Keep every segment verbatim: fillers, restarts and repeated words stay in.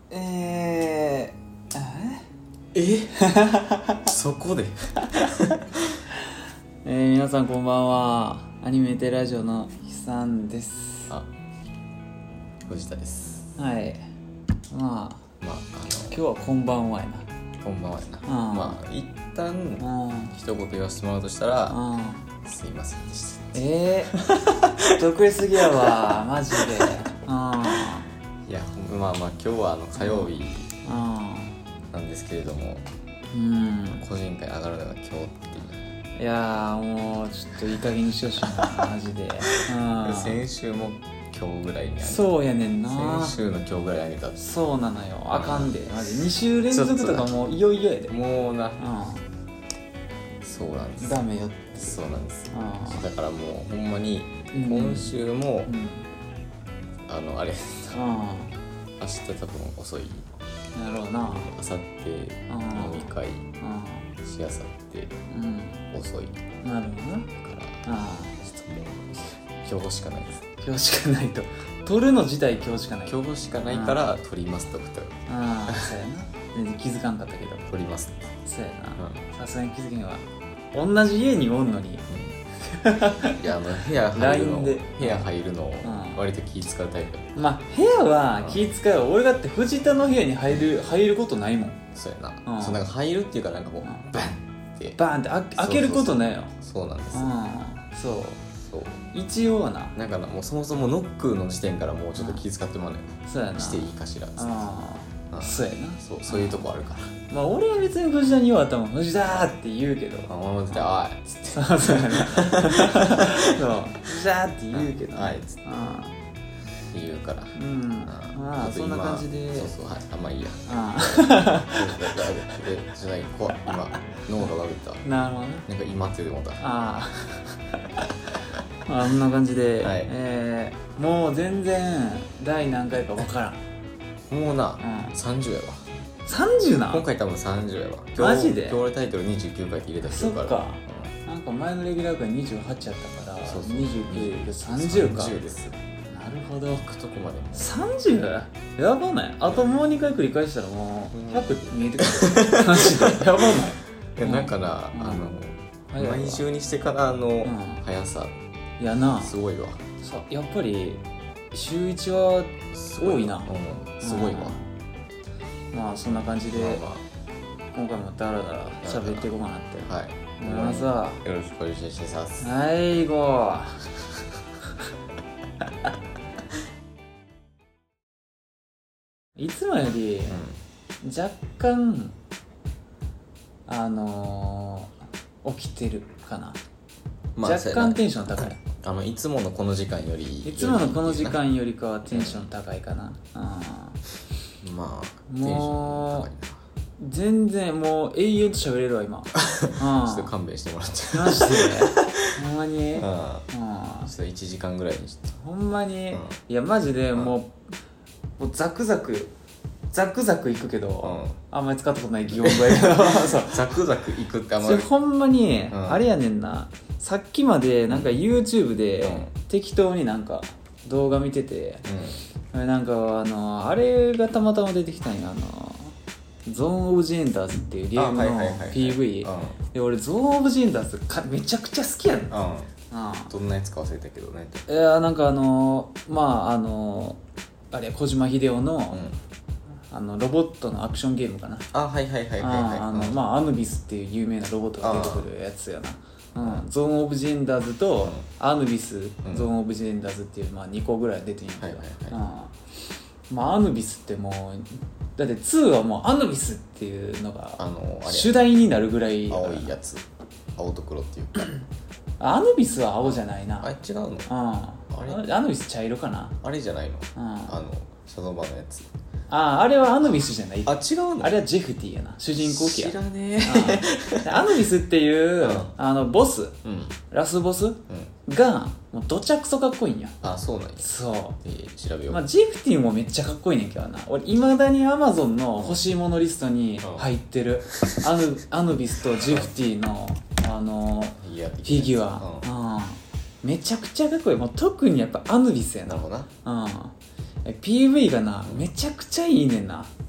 えー、 えそこでえー、皆さんこんばんは。アニメテラジオのひさんです。 あ、藤田です。 はい。まあ、 まあ、あの今日はこんばんはやな。 こんばんはやな。 うんまあ一旦うん一言言わせてもらうとしたら、 うんすいませんでした。 えー、得意すぎやわマジで。うんいや、まあまあ今日はあの火曜日うなんですけれども、 ん個人会上がるのが今日っていう。 いやーもうちょっといい加減にしてほしいなマジで。うん先週も今日ぐらいにあげた。 そうやねんな。 先週の今日ぐらいにあげたって。 そうなのよ。あかんでマジに週連続とかもういよいよやで。 もうな、 うそうなんです。 んダメよ。 そうなんですよ。 うんだからもうほんまにうん今週も、 うんあのあれう明日多分遅い。 んなるほどな。 明後日飲み会し明後日うんうん遅いなるほどな。 から、ちょっともう今日しかないです。 今日しかないと。取るの自体今日しかない。 今日しかないから取りますとかああそうやな。全然気づかんかったけど。 取りますって。 そうやうな。さすがに気づけんわ。同じ家におんのに。 ん、いやあの部屋入るラインので部屋入るのをうん割と気使うタイプ。 まあ部屋は気使う。俺だって藤田の部屋に入る入ることないもん。 そうやうんな。そうなんか入るっていうかなんかこううんバンってバーンってあ開けることないよ。 そうなんですよ。 うんそうそう一応はな。 なんかなもうそもそもノックの時点からもうちょっと気遣ってもらうね。 そうやな。 していいかしらっつって。 あうんあそうやな。 そうそういうとこあるから。 まあ俺は別に藤田に言われたもん藤田ーって言うけど。 あ、俺も絶対おいっつってそうそうやな。そう藤田ーって言うけどね。 はいっつってあ言うから。 あうんまあそんな感じで。 そうそうはいあまあいいや。 あでじゃない怖い今脳がバグった。 あなるほどね。 なんか今ってでもた。 ああまあこんな感じで、 はいえー、もう全然第何回か分からん。 もうなうんさんじゅうやわ。 さんじゅうな。 今回多分さんじゅうやわ。今日マジで今日俺タイトルにじゅうきゅうかいって入れた人いるから。 そっかなんか前のレギュラーがにじゅうはちやったからそうそうにじゅうきゅうでさんじゅうか。 さんじゅうです。 なるほど。 行くとこまで。 さんじゅう？やばない？あともうにかい繰り返したらもうひゃく見えてくる。マジでやばない？ いやなんかなうんあの早いわ毎週にしてからのん速さいやなすごいわ。 さやっぱり週いちは多いな。 うんすごいわ。 まあそんな感じで、 まあま今回もダラダラ喋っていこうかなってあはい。 思いますわ。 よろしくお願いします。 はい行こう。いつもより若干あのー、起きてるかな、 まあ若干テンション高い。 あのいつものこの時間よりいつものこの時間よりかはテンション高いかな。うんまあテンションもう高いな。 全然もう永遠と喋れるわ今。うんちょっと勘弁してもらって。 マジでほんまに、うん、 うんちょっといちじかんぐらいにして。 ほんまに、 うんいやマジでうんもう,、もうザクザクザクザクいくけど、 うんあんまり使ったことない擬音語やけどそうザクザクいくってあんまり。 それほんまに、 うんあれやねんな。さっきまでなんか YouTube でうん適当になんか動画見てて、なんかあのあれがたまたま出てきたんや。あのゾーン・オブ・ジ・エンダーズっていうゲームのあはいはいはいはいピーブイうんで俺ゾーン・オブ・ジ・エンダーズかめちゃくちゃ好きやねん。うんうんどんなやつか忘れたけどね。 いやなんかあのまああのあれ小島秀夫の、 うんあのロボットのアクションゲームかな。 あはいはいはいはいはい。 ああのまあアヌビスっていう有名なロボットが出てくるやつやな。うん、ゾーン・オブ・ジ・エンダーズと、 うんアヌビス、 んゾーン・オブ・ジ・エンダーズっていう、まあ、にこぐらい出てるんやけど、 はいはいうんまあアヌビスってもうだってツーはもうアヌビスっていうのがあのあれ主題になるぐらい。 青いやつ青と黒っていうかアヌビスは青じゃないな。 あれ違うのうん、 あれアヌビス茶色かな。 あれじゃないのうん、ああのシャドーバーのやつああれはアヌビスじゃない。 あ違うのあれはジェフティやな、主人公機や。 知らねえうんでアヌビスっていう、 うんあのボスうんラスボスうんがもうどちゃくそかっこいいんや。 あそうなんやそうえー調べようまあ、ジェフティもめっちゃかっこいいねんけどな。俺いまだに Amazon の欲しいものリストに入ってる、アヌアヌビスとジェフティの、あのフィギュアフィギュア、うんめちゃくちゃかっこいい。もう特にやっぱアヌビスやな。 なるほどなうん、ピーブイ がなめちゃくちゃいいねんな。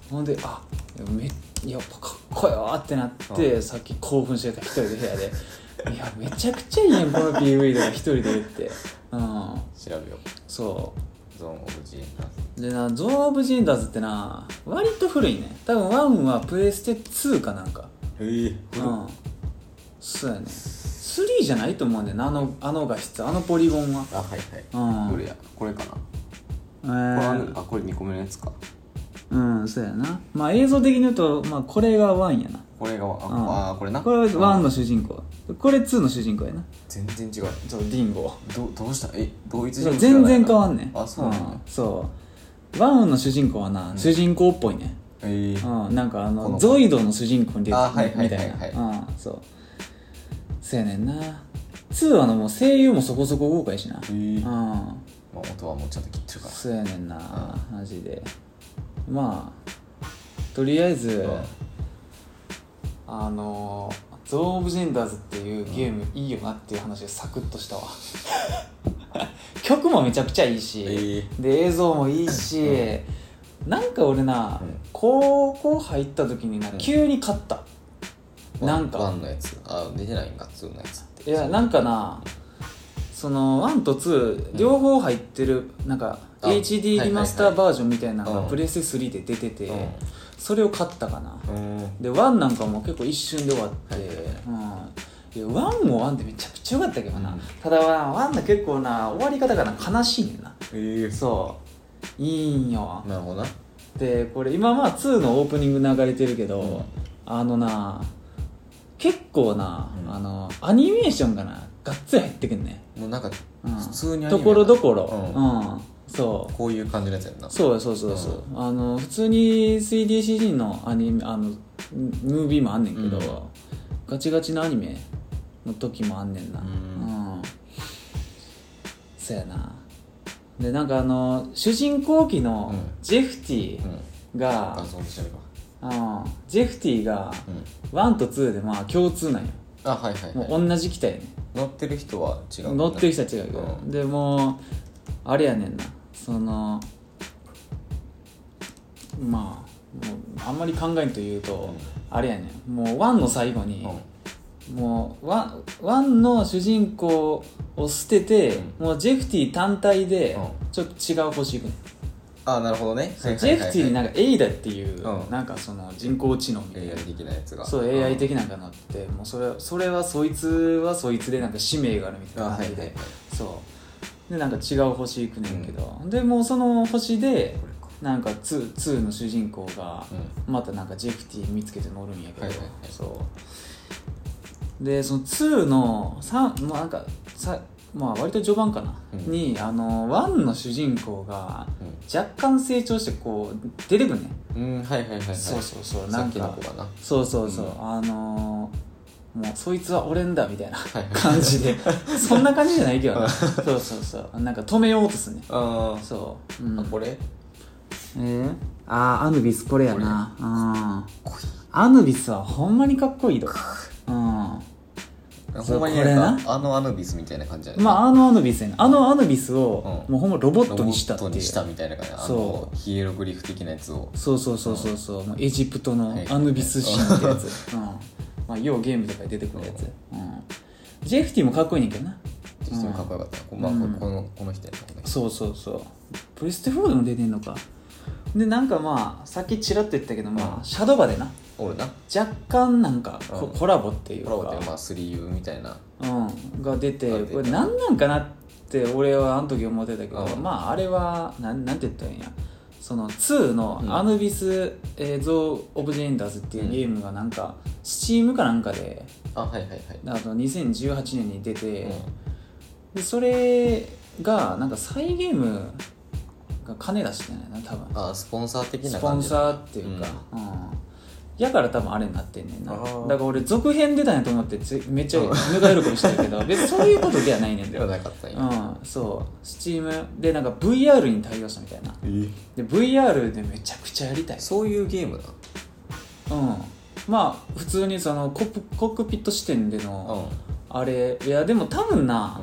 ほんであめやっぱかっこよってなって、うん、さっき興奮してた一人で部屋でいやめちゃくちゃいいやんこの ピーブイ とか一人で言って、うん、 調べよう。 そうゾーンオブジエンダーズでな、ゾーンオブジエンダーズってな割と古いね。多分ワンはプレステツーかなんか。 へえ古い。 うんそうやね。スリーじゃないと思うんだよな、あのあの画質、あのポリゴンは。 あはいはい、うん、どれやこれかな、えー、これあこれにこめのやつか。 うんそうやな。まあ映像的に言うと、まあ、これがワンやな。 これがあ、うん、あこれな。 これはワンの主人公、これツーの主人公やな。 全然違う。 そうディンゴどどうしたえ同一人物全然変わんねん。 あそうなんや、うん、 そうワンの主人公はな、うん、主人公っぽいね。 えー、 うん、なんかあのゾイドの主人公に出てるみたいな。うんそうそうやねんな。ツーはのもう声優もそこそこ豪華やしな。へー、うんまあ、音はもうちょっと切ってるから。 そうやねんな、うん、マジで。まあとりあえず、うん、あのゾーンオブジェンダーズっていうゲームいいよなっていう話でサクッとしたわ曲もめちゃくちゃいいし、えー、で映像もいいし、うん、なんか俺な、うん、高校入った時にな急に買った、うん、なんかワンのやつあ出てないんかツーのやつって。 いやなんかなそのワンとツー両方入ってるなんか エイチディー リマスターバージョンみたいなのがプレステスリーで出てて、うん、それを買ったかな、うん、でワンなんかも結構一瞬で終わって、はいうん、いやワンもワンでめちゃくちゃ良かったけどな、うん、ただワンの結構な終わり方がな悲しいねんな、えー、そういいんよ。 なるほどな。 でこれ今まあツーのオープニング流れてるけど、うん、あのな結構な、うん、あのアニメーションがながっつり入ってくんね。 もうなんか普通にアニメところどころ、うんうん、そうこういう感じのやつやんな。 そうそうそうそう、うん、あの普通に スリーディーシージー のアニメあのムービーもあんねんけど、うん、ガチガチのアニメの時もあんねんな。うん、うん、そうやな。でなんかあの主人公機のジェフティが、うんうん、ジェフティがワンとツーでまあ共通なんよ。 あはいはい、はい、 もう同じ機体ね。 乗ってる人は違う。 乗ってる人は違うけど、うん、でもあれやねんなそのまあもうあんまり考えんと言うと、うん、あれやねんもうワンの最後に、うん、もうワン、ワンの主人公を捨てて、うん、もうジェフティ単体でちょっと違う星行くねん。 あなるほどね。 ジェフティになんかエイダっていう、うん、なんかその人工知能みたいなエーアイ 的なやつがそう エーアイ 的なんかなって、もうそれそれはそいつはそいつでなんか使命があるみたいな感じで、はいはいはい、そうでなんか違う星行くねんけど、うん、でもうその星でなんか ツー, ツーの主人公がまたなんかジェフティ見つけて乗るんやけど、はいはいはい、そうでそのツーのさんもうなんかさまあ割と序盤かな、うん、にあのワンの主人公が若干成長してこう出てくるね。 うんはいはいはいはい。 そうそうそうなんかさっきの子がな。 そうそうそう、うん、あのー、もうそいつは俺んだみたいな感じで、はいはい、そんな感じじゃないけどなそうそうそうなんか止めようとするね。あそう、うん、 あこれえー、あアヌビスこれやな。あアヌビスはほんまにかっこいいと。うんほんまになんかあのアヌビスみたいな感じじゃない。 まああのアヌビスやな。あのアヌビスを、うん、もうほんまロボットにしたっていう。 ロボットにしたみたいな感じ。あのヒエログリフ的なやつを。 そうそうそうそうそう、うん、エジプトのアヌビス神ってやつ。うん。まあ要ゲームとかに出てくるやつ。うん。ジェフティもかっこいいねんけどな。 ジェフティもかっこよかった。うん、まあ、うん、このこの人やな。 そうそうそう。プレステフォーでも出てんのか。でなんかまあさっきちらっと言ったけど、まあ、うん、シャドバでな。 俺な若干なんか コ,、うん、コラボっていうかコラボってまあ スリーユー みたいな、 うん、が出てこれ何なんかなって俺はあの時思ってたけど、うん、まああれはなんなんて言ったらいいんやそのツーのアヌビス、うんえー、ゾー・オブ・ジェンダーズっていうゲームがなんか、うん、スチームかなんかであはいはいはいあとにせんじゅうはちねんに出て、うん、でそれがなんかサイゲームが金出してないな多分あスポンサー的な感じスポンサーっていうか、うんうんやから多分あれになってんねんな。だから俺続編出たんやと思ってめっちゃぬか喜びしてるけど別にそういうことではないねんだよ。 ではなかったんや。 うんそうスチームでなんか ブイアール に対応したみたいな。えー、で ブイアール でめちゃくちゃやりたい。 そういうゲームだ。 うんまあ普通にそのコップコックピット視点での、うん、あれいやでも多分な、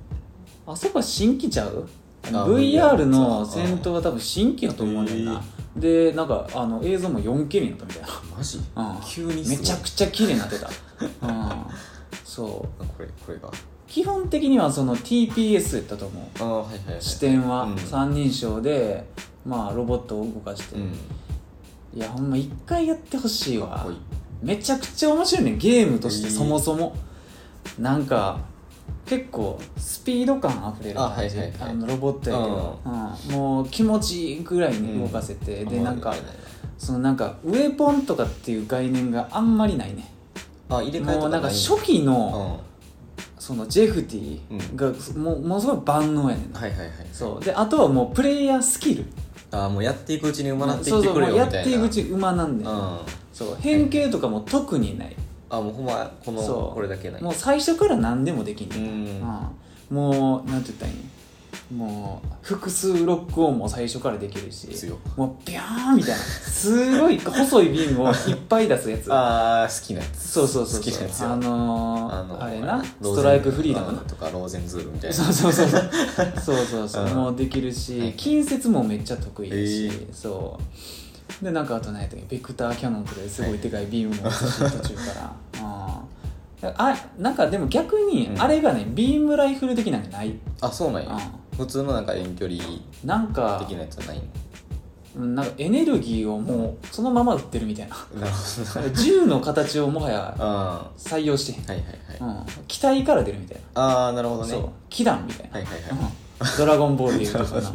うん、あそこは新規ちゃう。ブイアール の戦闘は多分新規やと思うねんな。 でなんかあの映像も よんケー になったみたいなマジ、 うん、 急にすごいめちゃくちゃ綺麗になってた、うん、そうこれこれが基本的にはその ティーピーエス やったと思う。 あ、はいはいはい、 視点はうん三人称で、まあロボットを動かして、 うん、 いやほんま一回やってほしいわ。 かっこいい。めちゃくちゃ面白いねゲームとしてそもそも、えー、なんか結構スピード感あふれる感じ、あ、はいはいはい、あのロボットやけど、うん、もう気持ちいいぐらいに動かせて、うん、でなんかそのなんかウェポンとかっていう概念があんまりないね。 あ、入れ替えとかない。 もうなんか初期の、うんそのジェフティがもう、ものすごい万能やねんな、 はいはいはい、 そうであとはもうプレイヤースキル、 あもうやっていくうちに馬なっていってくれよみたいな。 そうそうやっていくうちに馬なんで、うん、そう変形とかも特にない、 あもうほんまこのこれだけない。 もう最初から何でもできんねん、うんうん、もうなんて言ったらいいの、もう複数ロックオンも最初からできるし、もうビャーンみたいなすごい細いビームをいっぱい出すやつああ好きなやつ。 そうそうそうそう、 好きなやつよ。 あのー、あのー、あれなストライクフリーダムとかローゼンズールみたいな。 そうそうそうそうそうそうそうもうできるし、近接もめっちゃ得意だし、えー、そうでなんかあと何やったっけ、ベクターキャノンとかですごいでかいビームも落ちて途中からああなんかでも逆にあれがね、うん、ビームライフル的なのない。あそうなんや、うん、普通のなんか遠距離なんか的なやつはないの。 なんかエネルギーをもうそのまま撃ってるみたいな、なるほど銃の形をもはや採用してへん、はいはいはい、うん、機体から出るみたいな。 ああなるほどね。そう気弾みたいな、 はいはいはい、 うん、ドラゴンボールでいうとかなそう、うん、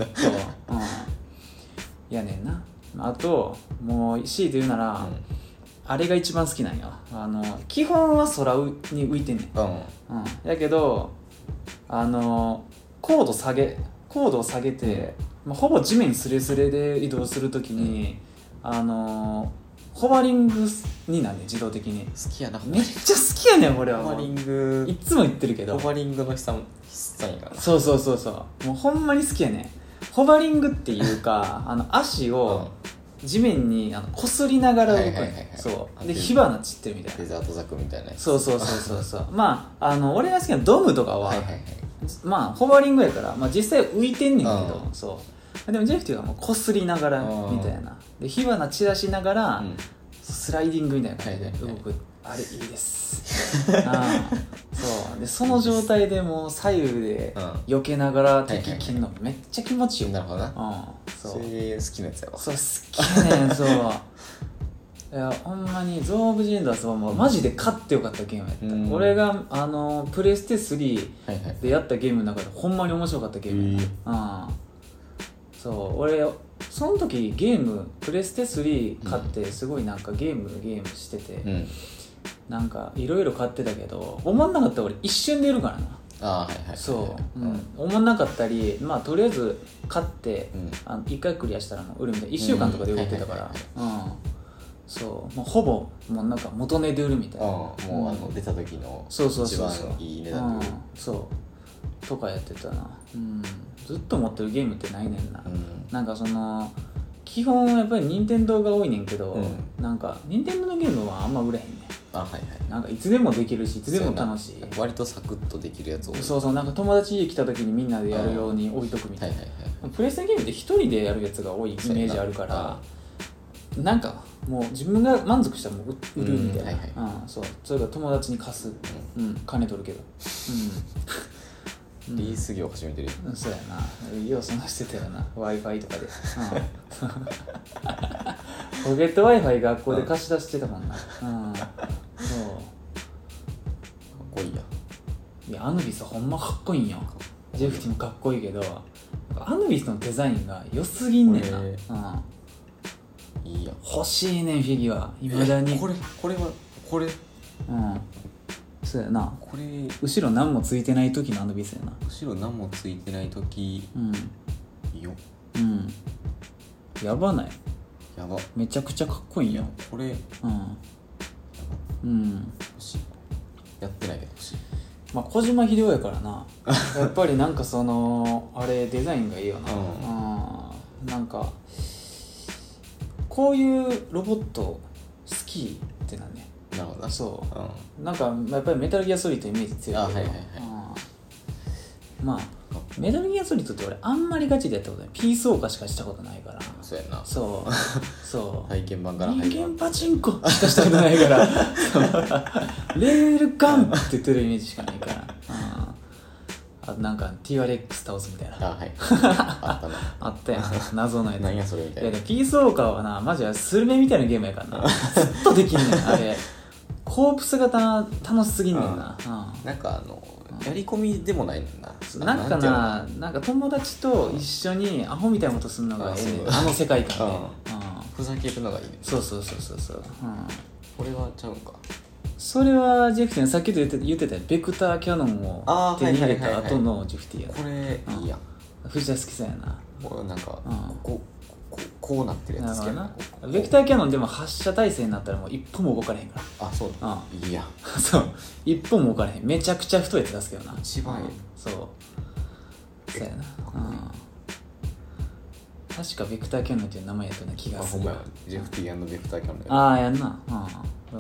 やねんな。あともう強いて言うなら、うんあれが一番好きなんよ。あの基本は空に浮いてんねん、うんうん、やけどあの高度下げ高度を下げて、うんまあ、ほぼ地面スレスレで移動するときに、うん、あのホバリングになんねん自動的に。 好きやな。 めっちゃ好きやねん俺は。 ホバリングいつも言ってるけどホバリングの必殺やからな。 そうそうそうそうもうほんまに好きやねん。ホバリングっていうかあの足を、うん地面にあの擦りながら動く、はいはいはいはい、そうで火花散ってるみたいな。 デザートザクみたいなやつ。 そうそうそうそうそうまああの俺が好きなドムとかは、はいはいはい、まあホバリングやから、まあ、実際浮いてんねんけど、そうでもジェフティはもう擦りながらみたいなで火花散らしながら、うん、スライディングみたいな感じで動く、はいはいはい、あれいいですあそうでその状態でもう左右で避けながら敵切るのめっちゃ気持ちいい、 なるほどな、 うん、 そういう好きなやつやわ。 そう好きやねんそういやほんまにゾー・オブ・ジ・エンダースはもうマジで勝ってよかったゲームやった、うん、俺があのプレステスリーでやったゲームの中でほんまに面白かったゲームやった、はいはい、うん、そう俺その時ゲームプレステスリー買ってすごいなんかゲームゲームしてて、うん、なんかいろいろ買ってたけど思んなかったら俺一瞬でやるからな。 あはいはいはい、 そう、うん、思んなかったりまあとりあえず買って、うん、あのいっかいクリアしたらもう売るみたいな、いっしゅうかんとかで売ってたからそうもうほぼもうなんか元値で売るみたいな、うん、 もうあの出た時の一番いい値段で売る、 うん、そうとかやってたな、うん、ずっと持ってるゲームってないねんな、うん、なんかその基本やっぱり任天堂が多いねんけど、うん、なんか任天堂のゲームはあんま売れへんねん。 あはいはい、 なんかいつでもできるしいつでも楽しい。 割とサクッとできるやつ多い。 そうそうなんか友達家来た時にみんなでやるように置いとくみたいな、はいはいはい、プレステゲームって一人でやるやつが多いイメージあるからなんかもう自分が満足したらもう売るみたいな、うんはいはいうん、そうそれから友達に貸す、うんうん、金取るけど、 うん、リース業始めてるよ、 うん、そうやなようそんなしてたよな Wi-Fi とかで、うん、ポケット Wi-Fi 学校で貸し出してたもんな、うん、そうかっこいいや。 いやアヌビスほんまかっこいいんよ。ジェフティもかっこいいけどアヌビスのデザインが良すぎんねんな、うん、 いいや欲しいねんフィギュアいまだに。 これこれはこれうんそうやな。 これ後ろ何もついてない時のアヌビスやな。 後ろ何もついてない時、うん、ようんやばない。 やばめちゃくちゃかっこいいんよこれ。 うんうん欲しい。やってないけど欲しい。 まあ小島秀夫やからなやっぱりなんかそのあれデザインがいいよな、うん、なんかこういうロボット好きってなんね。 なるほどな。 そう、うん、なんかやっぱりメタルギアソリッドイメージ強いけど、 あはいはいはい、 うん、まあメタルギアソリッドって俺あんまりガチでやったことない。ピースオーカーしかしたことないから。 そうやな。 そうそう体験版から入る人間パチンコしかしたことないからレールガンって言ってるイメージしかないから、うん、あとなんか ティーアールエックス 倒すみたいな。 あはいあったなあったやん謎のやつ。 何やそれみたいな。 いやピースオーカーはなマジでスルメみたいなゲームやからなずっとできんねんあれ。コープス型楽しすぎんねんな、うん、 なんかあのやり込みでもないねんな。 なんかな、なんか友達と一緒にアホみたいなことするのがええねん、あの世界観で、うん、 ふざけるのがいいね。 そうそうそうそうそう、うん、 これはちゃうんか。 それはジェフティンさっきと言ってた言ってたベクターキャノンを手に入れた後のジェフティンや。 これいいやん。 藤田好きそうやな。 これなんか、 うん、 こうこうこうなってるやつ好きやな。 ベクターキャノンでも発射体制になったらもう一歩も動かれへんから。 あそうだ、うん、いいやそう一歩も動かれへん。めちゃくちゃ太いやつ出すけどな。 一番いい、うん、 そうそうやな、うん、確かベクターキャノンっていう名前やったような気がする。 あほんまやジェフティー&ベクターキャノンや。 ああやんな、うん、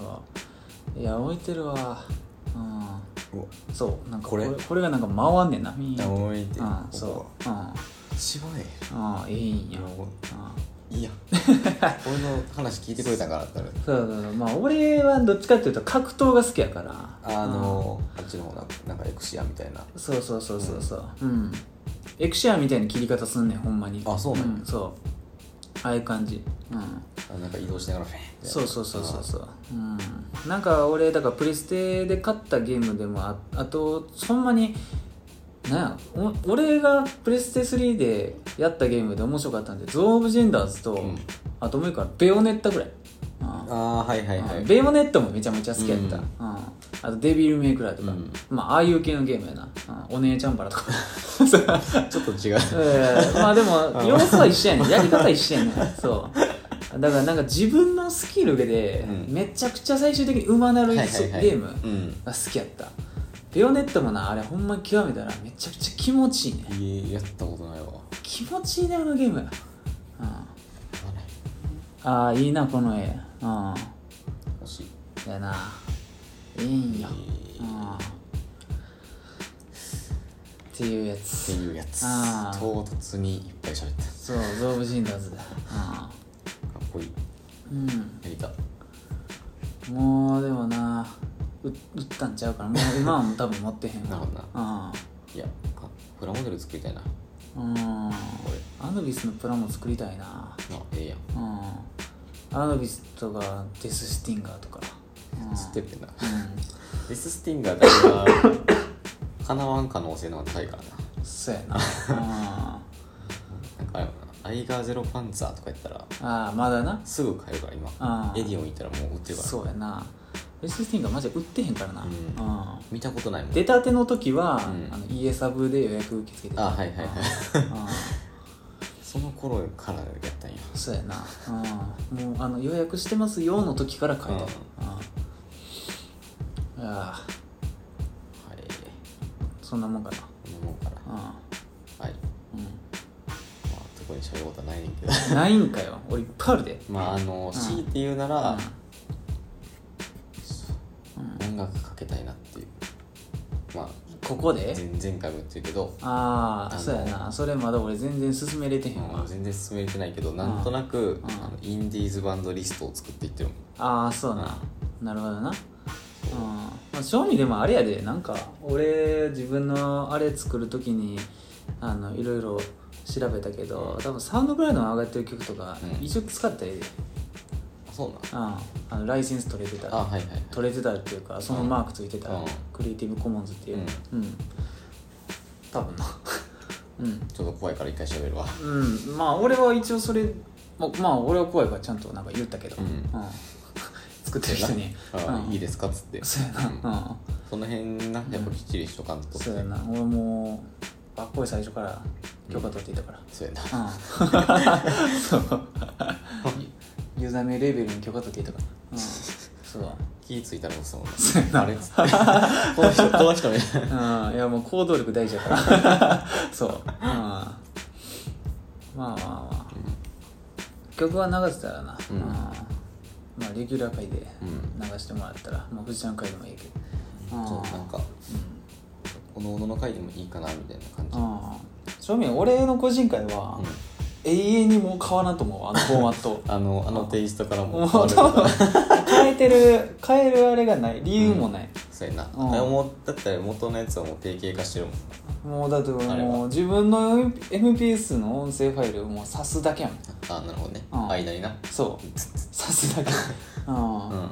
いや置いてるわ、うん、そうなんかこれこれがなんか回んねんな。 ミーン置いて、 うん、そう、うん、 一番ええ。 ああいいんや、 いいや俺の話聞いてくれたからってなる。 そうそうそう、まあ俺はどっちかっていうと格闘が好きやから、 あのー、あっちの方なんかなんかエクシアみたいな。 そうそうそうそうそう、うん、うん、エクシアみたいな切り方すんねんほんまに。 あそうなんや、 うん、そうああいう感じ、うん、 あなんか移動しながらフェーンって。 そうそうそうそうそう、うん、なんか俺だからプレステで買ったゲームでも あ, あとほんまになんやお俺がプレステスリーでやったゲームで面白かったんでゾーン・オブ・ジェンダーズと、うん、あともう一個はベヨネッタぐらい。 ああはいはいはい。 ベヨネッタもめちゃめちゃ好きやった、うん、あとデビル・メイクラーとか、 うん、 まあああいう系のゲームやな、うん、お姉ちゃんバラとかちょっと違う、 えー、まあでも要素は一緒やねん、やり方一緒やねんそうだからなんか自分のスキルでめちゃくちゃ最終的に馬なるゲームが好きやった。ベヨネットもなあれほんまに極めたらめちゃくちゃ気持ちいいね。 いいやったことないわ。 気持ちいいねあのゲーム、うん、ああいいなこの絵、うん、 欲しいやないいんよ、えー、うん、っていうやつっていうやつ唐突にいっぱい喋った。 そうゾーブジンダーズだ、うん、 かっこいい、 うん、やりた。 もうでもな売ったんちゃうからもう今はもう多分持ってへんわなるほどな、うん、いやプラモデル作りたいな。 うんアヌビスのプラモ作りたいな。あええやん、 うんアヌビスとかデススティンガーとか、 うん、ステップな、 うん、 デススティンガーだけはかなわん可能性の方が高いからな。 そうやな、うん、なんかあれやなアイガーゼロパンツァーとか言ったらああまだなすぐ買えるから今エディオン行ったらもう売ってるから。 そうやなデススティンガーマジで売ってへんからな、うんうん、 見たことないもん。 出たての時は、 うん、 あの家サブで予約受け付けてた。 あはいはいはいその頃からやったんや。 そうやな、うん、もうあの予約してますよの時から書いてある、うん、ああはいそんなもんかな。 そんなもんかな、うん、はい、うん、まあ特に喋ることはないねんけどないんかよ俺いっぱいあるで。 まああの、うん、強いて言うなら、うん、音楽かけたいなっていう。まあここで前回も言ってるけど、 ああそうやなそれまだ俺全然進めれてへんわ、 うん、全然進めれてないけどなんとなく、うん、あのインディーズバンドリストを作っていってるもん。 ああそうな、うん、なるほどな、うんまあ、正味でもあれやでなんか俺自分のあれ作る時にあのいろいろ調べたけど多分サウンドクラウドに上がってる曲とか、うん、一応使ったらいいで。 そうなん、 うん、あのライセンス取れてたら、 あ、はいはいはい、 取れてたっていうかそのマークついてたら、うん、クリエイティブコモンズっていう、うん、うん、多分なうん、 ちょっと怖いから一回調べるわ。 うん、まあ俺は一応それまあ俺は怖いからちゃんとなんか言ったけど、うんうん、作ってる人にあ、うん、いいですかっつって。 そうやな、うん、 その辺なやっぱきっちりしとかんと、 そうやな俺もうバッコイ最初から許可取っていたから、 うん、そうやな、 うん、そうユーザー名レベルに許可取っていたから、うん、そう気ついたらもそうあれっつってこの人この人ねうんいやもう行動力大事だからそう、うん、まあまあまあ、うん、曲は流せたらな、うんうん、まあレギュラー回で流してもらったら、うん、まあ藤ちゃん回でもいいけど、 うん、そうなんか、 おのおのの回でもいいかなみたいな感じ。 あ正味俺の個人会は、うん、永遠にもう変わらんと思うあのフォーマットあのあのテイストからも変わる変えてる変えるあれがない理由もない、うん、 そうやな、うん、思ったったら元のやつはもう定型化してるもん。 もうだってもう自分の エムピーエス の音声ファイルをもう挿すだけやもん。 あなるほどね、 うん、 間になそう挿すだけうん、うん、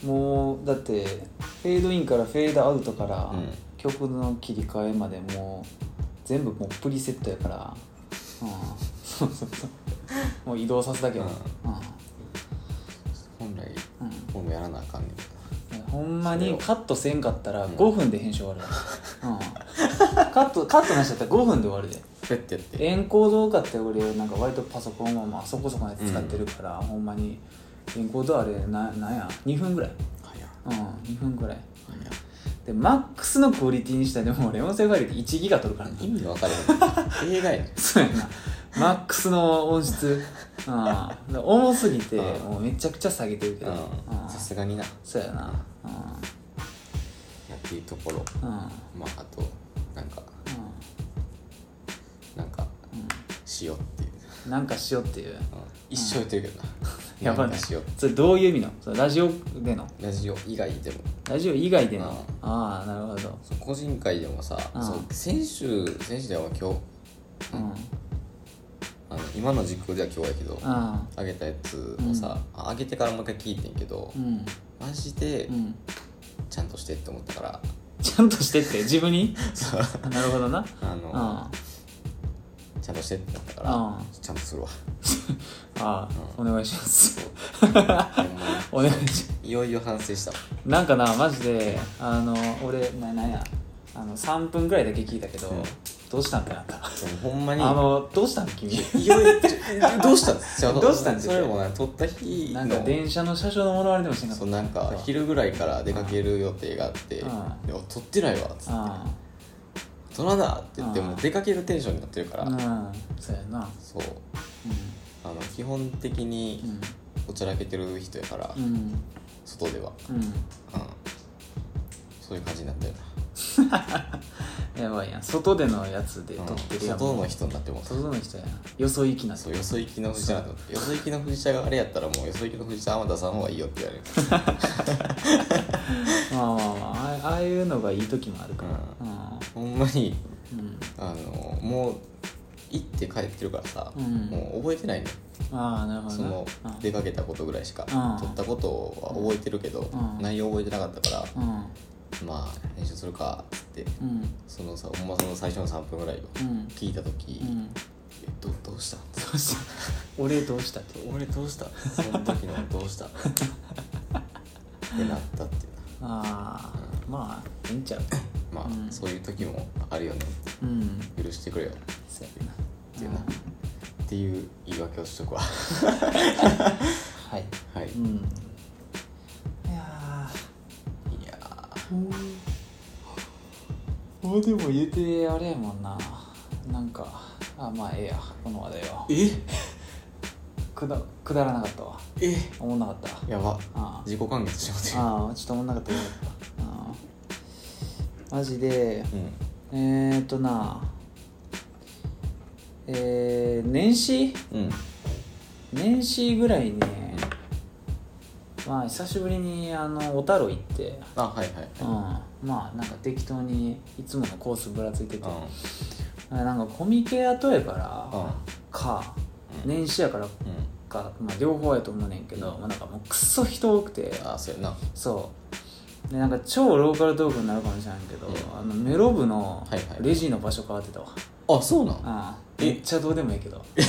もうだってフェードインからフェードアウトから、うん、曲の切り替えまでもう全部もうプリセットやから、うん、そうそうそうもう移動さすだけやもん、うんうん、 本来、うん、もうやらなあかんねんけどほんまにカットせんかったらごふんで編集終わる、うんうん、カットカットなしだったらごふんで終わるでペッてやってエンコード多かって俺なんか割とパソコンはまあそこそこのやつ使ってるから、うん、ほんまにエンコードあれななんやにふんぐらい、うん、にふんぐらいでマックスのクオリティにしたらでも俺音声ファイルでいちギガ取るからな意味分かれへん映画やねそうやなマックスの音質あ重すぎてもうめちゃくちゃ下げてるけどさすがになそうやなやっていうところ、うん、まああとなんか、うん、なんか、うん、しようっていうなんかしようっていう、うん、 一生言ってるけどな、 うん、やばいねそれどういう意味のそれラジオでのラジオ以外でもラジオ以外での、うん、ああなるほど個人会でもさ、うん、そう先週先週では今日、うんあの今の実況では今日やけど上げたやつをさ、うん、上げてからもう一回聞いてんけど、うん、マジで、うん、ちゃんとしてって思ったからちゃんとしてって自分になるほどなあの、うん、ちゃんとしてって思ったから、うん、ちゃんとするわああ、うん、お願いしますお願いしますいよいよ反省したなんかなマジであの俺ななんやあのさんぷんぐらいだけ聞いたけど、うん、どうしたんってなったほんまにあのどうしたん君いよいよどうしたんですどうしたんですそれもね撮った日のなんか電車の車掌のものまねでもしなかったそうなんか昼ぐらいから出かける予定があって「でも撮ってないわ」っつって「撮らな」って言っても出かけるテンションになってるからうんそうやなそう、うん、あの基本的におちゃらけてる人やから、うん、外では、うんうん、そういう感じになったよなやばいやん外でのやつで撮ってるやん、 うん、外の人になっても外の人やなよそ行きなそうよそ行きの藤田なとよそ行きの藤田があれやったらもうよそ行きの藤田は出さん方がいいよって言われるまあまあまあああいうのがいい時もあるから、うんうん、ほんまに、うん、あのもう行って帰ってるからさ、うん、もう覚えてないねああなるほどその出かけたことぐらいしか、うん、撮ったことは覚えてるけど、うん、内容覚えてなかったから、うんまあ編集するかっつって、うん、そのさほんまその最初のさんぷんぐらいを聞いた時、うん、えどどうしたどうした俺どうしたって俺どうしたその時のどうしたってなったっていうなあ、うん、まあいいんちゃうまあ、うん、そういう時もあるよねって、うん、許してくれよそうやなっていうな、うん、っていう言い訳をしとくわはいはい、 うん、いやもうでも言うてあれやもんななんかあまあええやこの話題はえくだくだらなかったわえ思んなかったやばあ自己完結しまってるああちょっと思んなかった思んなかったマジで、うん、えーっとなえー、年始、うん、年始ぐらいにねまあ久しぶりにあの小樽行ってあはいはい、はいうん、まあなんか適当にいつものコースぶらついてて、うん、なんかコミケやとやからか、うん、年始やからか、まあ、両方やと思うねんけど、うんまあ、なんかもうクソ人多くてあそうやなそうでなんか超ローカルトークになるかもしれないけど、うん、あのメロブのレジの場所変わってたわ、 はいはい、あそうなん、 うんめっちゃどうでもいいけどいや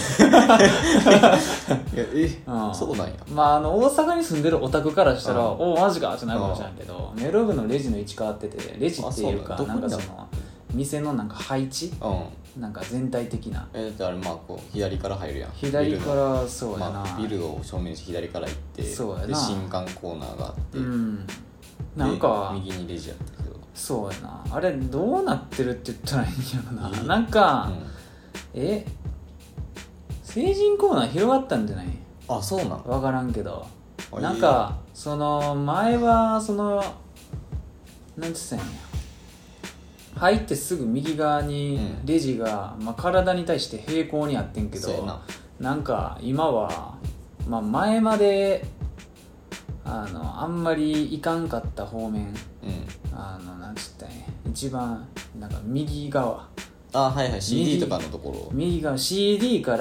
え、うん、そうなんやまああの大阪に住んでるオタクからしたらおおマジかってなるかもしれないけどメロブのレジの位置変わっててレジっていうかなんかその店のなんか配置、うん、なんか全体的なえー、だってあれまあこう左から入るやん左からそうやな、 まあ、ビルを正面にして左から行ってそうやなで新館コーナーがあって、うん、 なんか右にレジやったけどそうやなあれどうなってるって言ったらいいんやろな、えー、なんか、うんえ成人コーナー広がったんじゃないあそうなの分からんけどなんかその前はそのなんて言ったんや入ってすぐ右側にレジが、うんまあ、体に対して平行にあってんけどな、なんか今は、まあ、前まであのあんまりいかんかった方面、うん、あのなんつったんや一番なんか右側あはいはい シーディー とかのところ右側 シーディー から、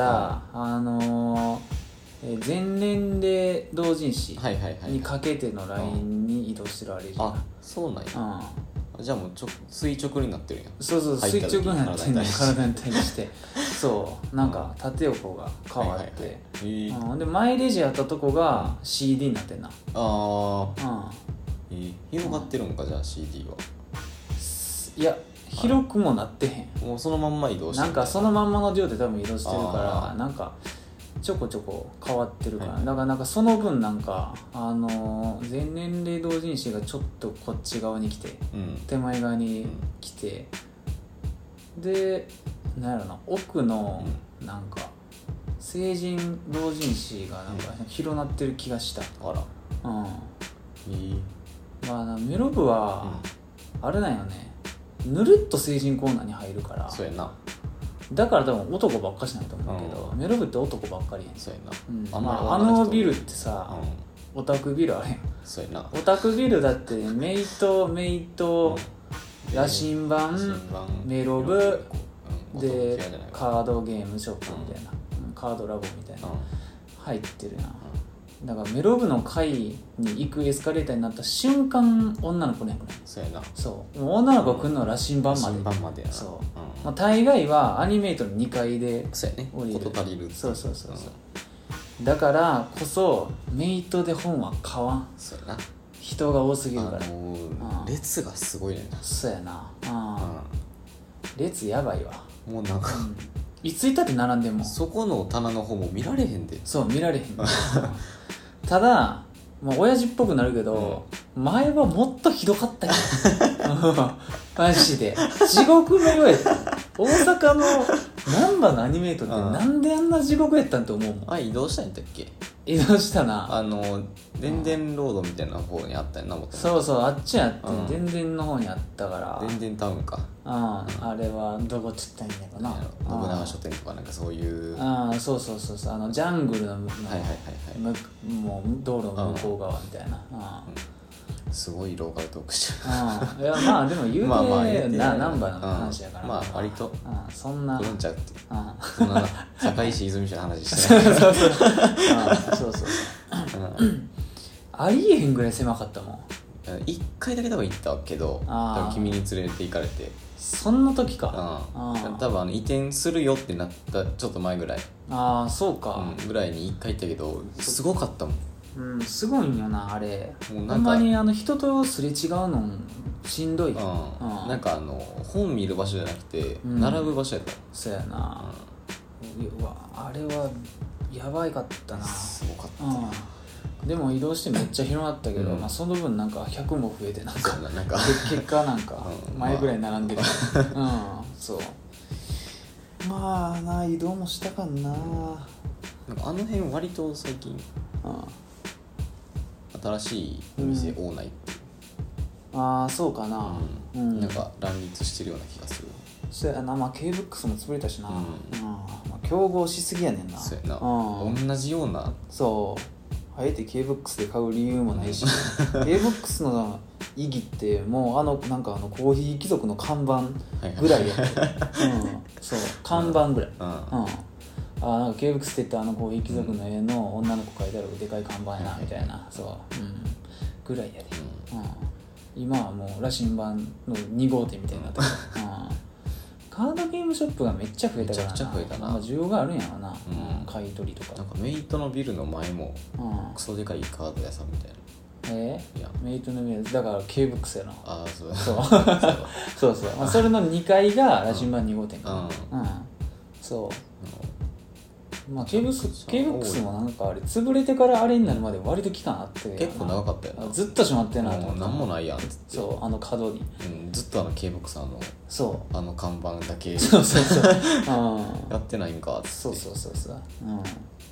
うん、あのえ前年齢同人誌にかけてのラインに移動してるあれじゃん、 あそうなんや、うん、じゃあもうちょ垂直になってるやんそうそう垂直になってんねん体に対してそうなんか縦横が変わって、はいはいはい、うん、で前レジやったとこが シーディー になってんなああ、うん、えー、広がってるんかじゃあ シーディー はいや広くもなってへんもうそのまんま移動してるなんかそのまんまの量で多分移動してるからなんかちょこちょこ変わってるから、はい、だからなんかその分なんかあのー、全年齢同人誌がちょっとこっち側に来て、うん、手前側に来て、うん、でなんやろな奥のなんか成人同人誌がなんか広なってる気がした、 うん、あらうんいいまあメロブは、うん、あれなんよねぬるっと成人コーナーに入るからそうやなだから多分男ばっかしないと思うけど、うん、メロブって男ばっかりやんそうやな、 うんあまあ、あのビルってさ、うん、オタクビルあれやんそうやなオタクビルだってメイトメイト、うん、羅針盤メロブ、うん、でカードゲームショップみたいな、うん、カードラボみたいな、うん、入ってるやんだからメロブの階に行くエスカレーターになった瞬間女の子ねそうやなそうもう女の子が来るのは羅針盤まで羅針盤までやなそう、うんまあ、大概はアニメイトのにかいでそうやねこと足りるそうそうそうそう、うん、だからこそメイトで本は買わんそうやな人が多すぎるから、 あのーうん、列がすごいねそうやな、うんうん、列やばいわもうなんか、うん、 いついたって並んでもそこの棚の方も見られへんでそう見られへんただまあ親父っぽくなるけど、うん、前はもっとひどかったよマジで地獄のようやった大阪の難波のアニメートってなんであんな地獄やったんって思うもんあ移動したんやったっけ移動したなあのでんでんロードみたいな方にあったんやなそうそうあっちやってでんでんの方にあったからでんでんタウンかうんあれはどこっつったんやろな信長書店とかなんかそういうあそうそうそうそうあのジャングルの、はいはいはいはい、もう道路の向こう側みたいなうん、すごいローカルトークしてるいやまあでも言うてまあまあ言うてなナンバーの話やから、 うん、まあ割とそんな来るんちゃうってそんな堺市泉市の話してないそうそうそうそうそうありえへんぐらい狭かったもん一回だけ多分行ったけど多分君に連れて行かれてそんな時か、 うん、多分あの移転するよってなったちょっと前ぐらいああそうか、 うん、ぐらいに一回行ったけどすごかったもんうん、すごいんよなあれほんまにあの人とすれ違うのしんどい、うんうん、なんかあの本見る場所じゃなくて、うん、並ぶ場所やったそうやな、うん、うわあれはやばいかったなすごかった、 うん、でも移動してめっちゃ広がったけど、うんまあ、その分なんかひゃくも増えてなんかなんか結果なんか前ぐらい並んでる、まあ、うんそうまあな移動もしたかんな、 なんかあの辺割と最近、うん新しいお店多ないっていう、 うん、ああそうかな、 うんうん、なんか乱立してるような気がするそうやなまあ K-ブックスも潰れたしな、うんうんまあ、競合しすぎやねんなそうやな、うん、同じようなそうあえて K-ブックスで買う理由もないしK-ブックスの意義ってもうあのなんかあのコーヒー貴族の看板ぐらいやって、はいはいうん、そう看板ぐらい、うんうんあなんか K-ブックスって言ったあのコーヒー貴族の絵の女の子描いてあるでかい看板やなみたいなそう、うん、ぐらいやで、うんうん、今はもう羅針盤のに号店みたいになってる、うん、カードゲームショップがめっちゃ増えたからなめちゃくちゃ増えたな、 まあ、需要があるんやろな、うん、買い取りとかなんかメイトのビルの前も、うん、クソでかいカード屋さんみたいなえー、いやメイトのビルだから K-ブックスやなああそうそうそうそう、まあ、それのにかいが羅針盤に号店かな、うんうん、そう、うんまあ、K-ブックス、K-ブックスもなんかあれ潰れてからあれになるまで割と期間あって結構長かったよなずっと閉まってんなと思って何もないやんっつってそうあの角に、 うん、ずっとあの K-ブックスあのそうあの看板だけそうそうそう、うん、 やってないんかっつってそうそうそうそう、うん、ま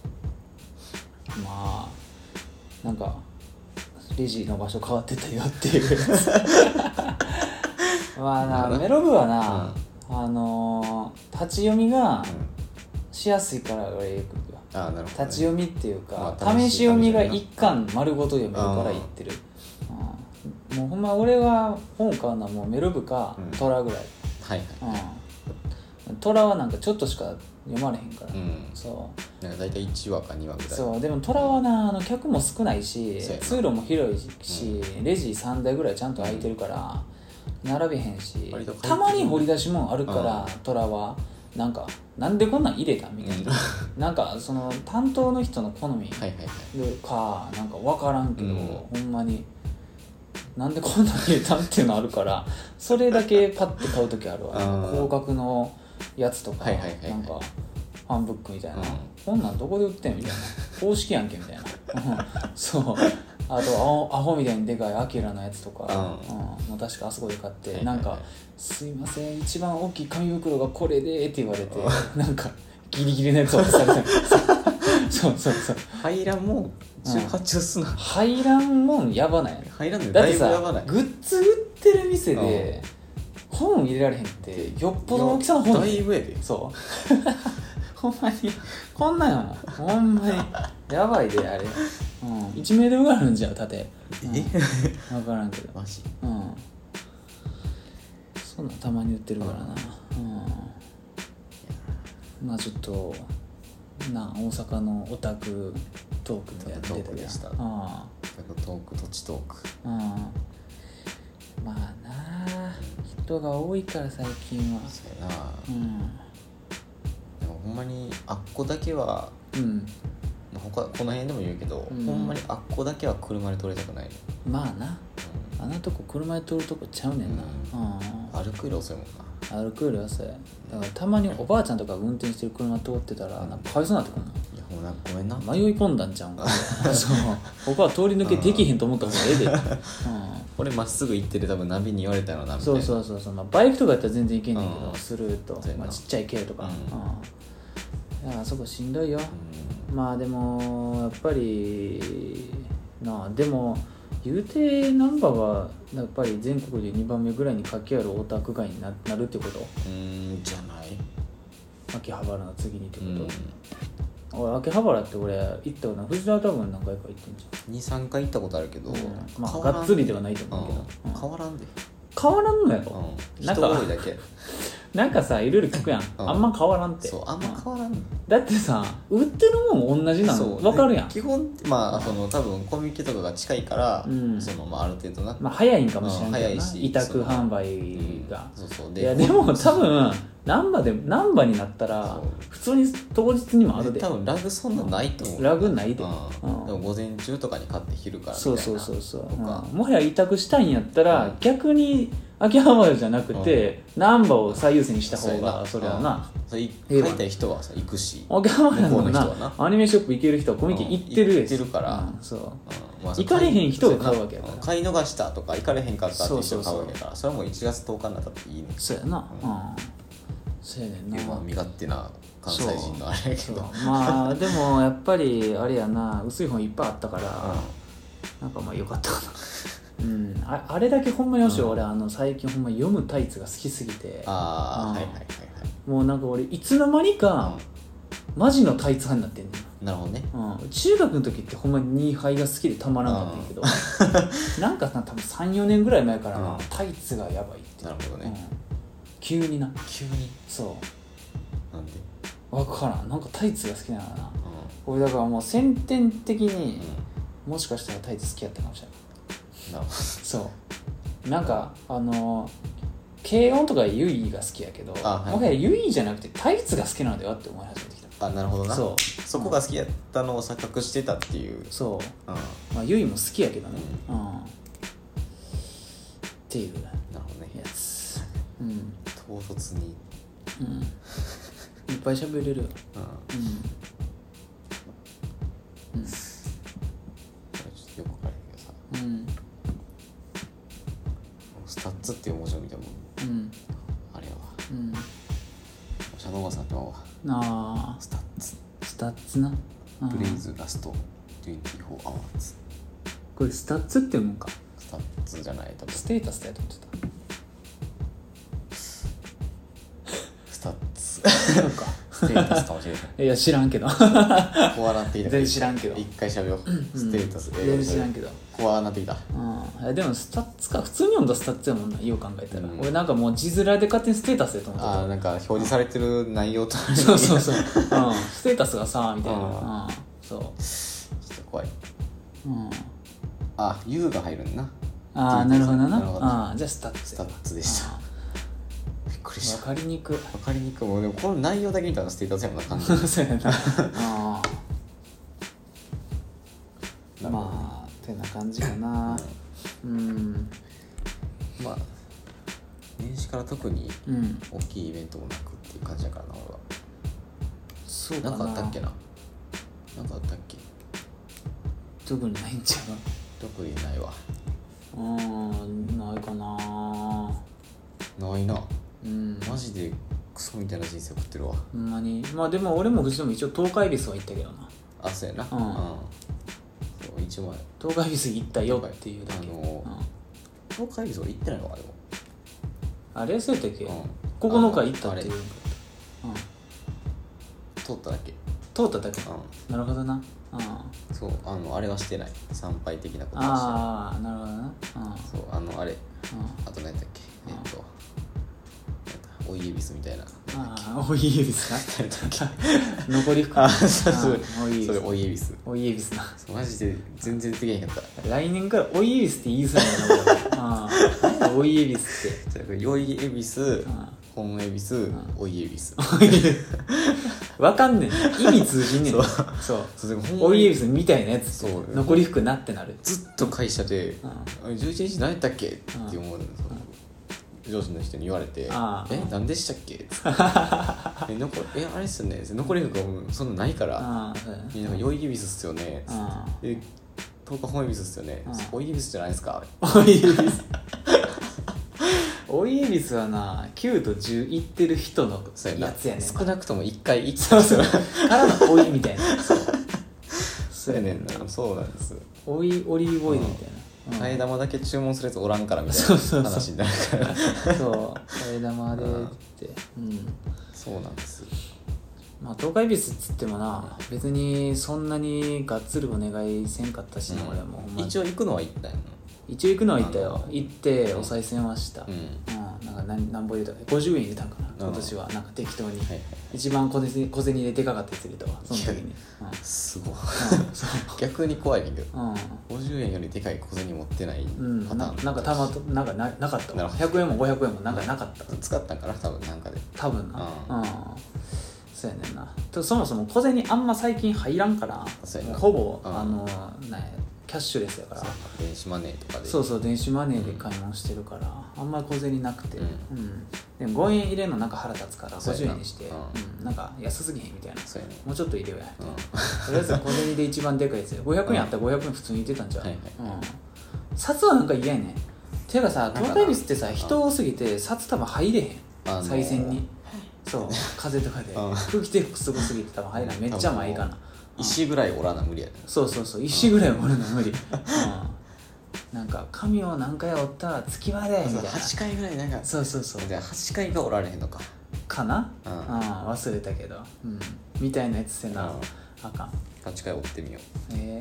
あなんかレジの場所変わってたよっていうまあなメロブはな、うん、あのー、立ち読みがしやすいから俺よく行くよ。 あ、なるほどね、 立ち読みっていうか、まあ、試し読みが一巻丸ごと読めるから行ってる、うん、もうほんま俺は本買うのはもうメロブかトラぐらい、 うん、はいはい、 うん、トラはなんかちょっとしか読まれへんから、うん、そうなんか大体いちわかにわぐらい。 そうでもトラはなあの客も少ないし通路も広いし、うん、レジさんだいぐらいちゃんと空いてるから並べへんし、たまに掘り出し物あるから、うん、トラはなんかなんでこんなん入れたみたいな、うん、なんかその担当の人の好みかなんか分からんけど、うん、ほんまになんでこんなん入れたんっていうのあるからそれだけパッて買う時あるわ広角のやつとか、はいはいはいはい、なんかファンブックみたいな、うん、こんなんどこで売ってんみたいな公式やんけみたいなそうあとアホ、アホみたいにでかいアキラのやつとか、うんうん、もう確かあそこで買って、はいはいはい、なんかすいません一番大きい紙袋がこれでって言われてなんかギリギリのやつを渡されたそうそうそう入らんもん発注すな、うん、 入らんもんやばない入らんのだいぶやばない。 だってさグッズ売ってる店で本入れられへんってよっぽど大きさの本だいぶやで。 そうほんまにこんなんやほんまにやばいであれ、うん、いちメートルぐらいあるんじゃん縦、うん、え分からんけどマジ、 うん、そんなんたまに売ってるからな、うん、まあちょっとな大阪のオタクトークでやってたけどでした、うん、オタクトーク土地トーク、 うん、まあな人が多いから最近はそうやな、 うんでもほんまにあっこだけは、うんまあ、他この辺でも言うけど、うん、ほんまにあっこだけは車で通りたくない。 まあな、うん、あんなとこ車で通るとこちゃうねんな、 うん、歩くより遅いもんな。歩くより遅い。だからたまにおばあちゃんとか運転してる車通ってたら、うん、なんかかわいそうになってくるの。 いやもうなんかごめんな迷い込んだんちゃうんかそう僕は通り抜けできへんと思った方がええで、うん、 俺まっすぐ行ってる多分ナビに言われたよなみたいな。 そうそうそうそう、まあ、バイクとかやったら全然いけんねんけど、うん、スルーと、まあ、ちっちゃい軽とか、うんうん、いやあそこしんどいよ、うん、まあでもやっぱりなあでも言うて難波はやっぱり全国でにばんめぐらいに活気あるオタク街に な, なるってこと。 うーんじゃない秋葉原の次にってこと、うん、俺秋葉原って俺行ったことない。藤田は多分何回か行ってんじゃん。 にさん 回行ったことあるけど、うん、 まあがっつりではないと思うけど、 うんうん、変わらんで変わらんのやろ、 うん、人多いだけなんかさいろいろ聞くやん、うん、あんま変わらんって。 そうあんま変わらん、うん、 だってさ売ってるもん同じなの分かるやん。 基本まあその多分コミュニケとかが近いから、うん、そのまあある程度なまあ早いんかもしれないけどな、うん、委託販売が、うん、そうそうでいやでも多分難波で難波になったら普通に当日にもあるで。 多分ラグそんなないと思う。 ラグないで、 うんうん、でも午前中とかに買って昼からみたいな。 そうそうそうそう、うん、もはや委託したいんやったら、うん、逆に秋葉原じゃなくて難波、うん、を最優先にした方がそれはな、 うん、買いたい人はさ行くし、 秋葉原のなアニメショップ行ける人はコミュニティ行ってるやつ、 行ってるから、 うん、そう、うんまあ、行かれへん人が買うわけやから。 買い逃したとか行かれへんかったって人が買うわけやから、それはもういちがつとおかになったっていいね。 そうやな、うん、そうやねんな。 まあ身勝手な関西人のあれやけど、 まあでもやっぱりあれやな薄い本いっぱいあったから、うん、なんかまあよかったかなうん、あ, あれだけほんまによし、うん、俺あの最近ほんま読むタイツが好きすぎて、 ああはいはいはいはい、 もうなんか俺いつの間にか、うん、マジのタイツ派になってんねん。なるほどね、 うん、中学の時ってほんまにニーハイが好きでたまらなかったんやけど、うん、なんかな多分 さん,よ 年ぐらい前から、うん、タイツがやばいって。 なるほどね、 うん、急にな急にそうなんで分からんなんかタイツが好きなのかな、うん、俺だからもう先天的に、うん、もしかしたらタイツ好きやったかもしれない。 なるほどそうなんかあの軽音とかユイが好きやけど、はい、もはやユイじゃなくてタイツが好きなのではって思い始めてきた。 あなるほどな。 そうそこが好きやったのを錯覚してたっていう。 そう、うんまあ、ユイも好きやけどね、うん、うん、っていうなるほどねやつ、うん、 唐突に、 うん、いっぱい喋れる、うんうんうん、ちょっとよくわからへんけどさ、うんスタッツっていう文字を見ても、うん、あれやわ、うん、シャドウバーさんって思うわ。 あスタッツスタッツなブレイズラストにじゅうよんアワーズ。 これスタッツって読むんか。 スタッツじゃない多分ステータスだと思ってた。 のかステータスかもしれないいや知らんけど怖なってきた。 全然知らんけど一回喋ろう、うん、ステータス全然知らんけど怖なってきた、 うん、でもスタッツか普通に読んだスタッツやもんなよう考えたら、うん、俺なんかもう字面で勝手にステータスやと思ってた。 ああなんか表示されてる内容とそうそうそう、うん、ステータスがさみたいな、うん、そうちょっと怖い、 うん、 あ U が入るんだな。 ああなるほどな。あじゃあスタッツスタッツでした。びっくりした。 分かりにくい分かりにくい。もうでもこの内容だけ見たらステータスやもんな感じそうやなあまあてな感じかな。うん、うん、 まあ年始から特に大きいイベントもなくっていう感じだからな俺は。 そうかな。 なんかあったっけな。なんかあったっけ。 特にないんちゃう。 特にないわ。 うーんないかな。 ないな。 うん、 マジでクソみたいな人生送ってるわ。 ほんまに。まあでも俺もうちでも一応東海恵比寿は行ったけどな。 あそうやな。 うん、うん、 そう一応前東海恵比寿行ったよっていうだけ。あのーうん、東海恵比寿俺行ってないのかでもあれそうやったっけ、うん、ここのか行ったっていう、うん、 通っただけ通っただけ、うん、なるほどな、うん、 そうあのあれはしてない参拝的なことはしてない。 ああなるほどな、うん、 そうあのあれ、うん、あと何やったっけ、うん、えっとおい恵比寿みたいな。 ああおい恵比寿な残り服。 あそうそうおいそれおい恵比寿おい恵比寿な。 マジで全然できへんかった。 来年からおい恵比寿って言いそうやなああおい恵比寿ってよい恵比寿本恵比寿おい恵比寿わかんねん意味通じんねん。そうそうおい恵比寿みたいなやつそう残り服なってなる。 ずっと会社でじゅういちにち何やったっけって思う。上司の人に言われて「 あえ何でしたっけ?」え残えあれっすよね残り服がそんなないから「みんなよい恵比寿っすよね」でとおか本恵比寿っすよねおい恵比寿じゃないですか。 おい恵比寿おい恵比寿はなきゅうとじゅう行ってる人のやつやねん。 少なくともいっかい行ってそうそうからのおいみたいな。 そうやねんな。そうなんです。 おいオリーブオイルみたいな。 替え玉だけ注文するやつおらんからみたいな話になるからそう替え玉でって、うん、 そうなんです。 まあ東海恵比寿っつってもな別にそんなにがっつりお願いせんかったしな、うん、俺もほんま一応行くのは行ったよ。 一応行くのは行ったよ。行ってお賽銭はした、うんうん、なんか何何本入れたかごじゅうえん入れたんかな今年は。なんか適当に、はいはい、一番小銭小銭ででかかったやつ入れたわその時に、 うん、すごい、うん、逆に怖いねんけど、うん、ごじゅうえんよりでかい小銭持ってないパターン、うん、な, なんかたまとなんか な, なかったわ。ひゃくえんもごひゃくえんもなんかなかった、 うん、使ったんかな多分なんかで多分な、うんうん、そうやねんな。そもそも小銭あんま最近入らんからもうほぼ、うん、あのなんやキャッシュレスやから電子マネーとかでそうそう電子マネーで買い物してるから、うん、あんまり小銭なくて、うんうん、でもごえん入れるのなんか腹立つからごじゅうえんにして、うんうん、なんか安すぎへんみたいな、ね、もうちょっと入れようやみたいな、うん、とりあえず小銭で一番でかいやつでごひゃくえんあったらごひゃくえん普通に入れてたんじゃん、はいはいはいうん、札はなんか嫌やねん。ていうかさ東海恵比寿ってさ人多すぎて札多分入れへん賽銭にそう風とかで空気抵抗すごすぎて多分入らない。めっちゃ前かな石ぐらいおらな無理やね。 そうそうそう石ぐらいおるの無理、うん、なんか神を何回おったら月割れみたいなはちかいぐらいなんかそうそうそうじゃあはちかいがおられへんのかかな、うん、うん、忘れたけど、うん、みたいなやつせな、うん、あかんはちかい追ってみよう。 え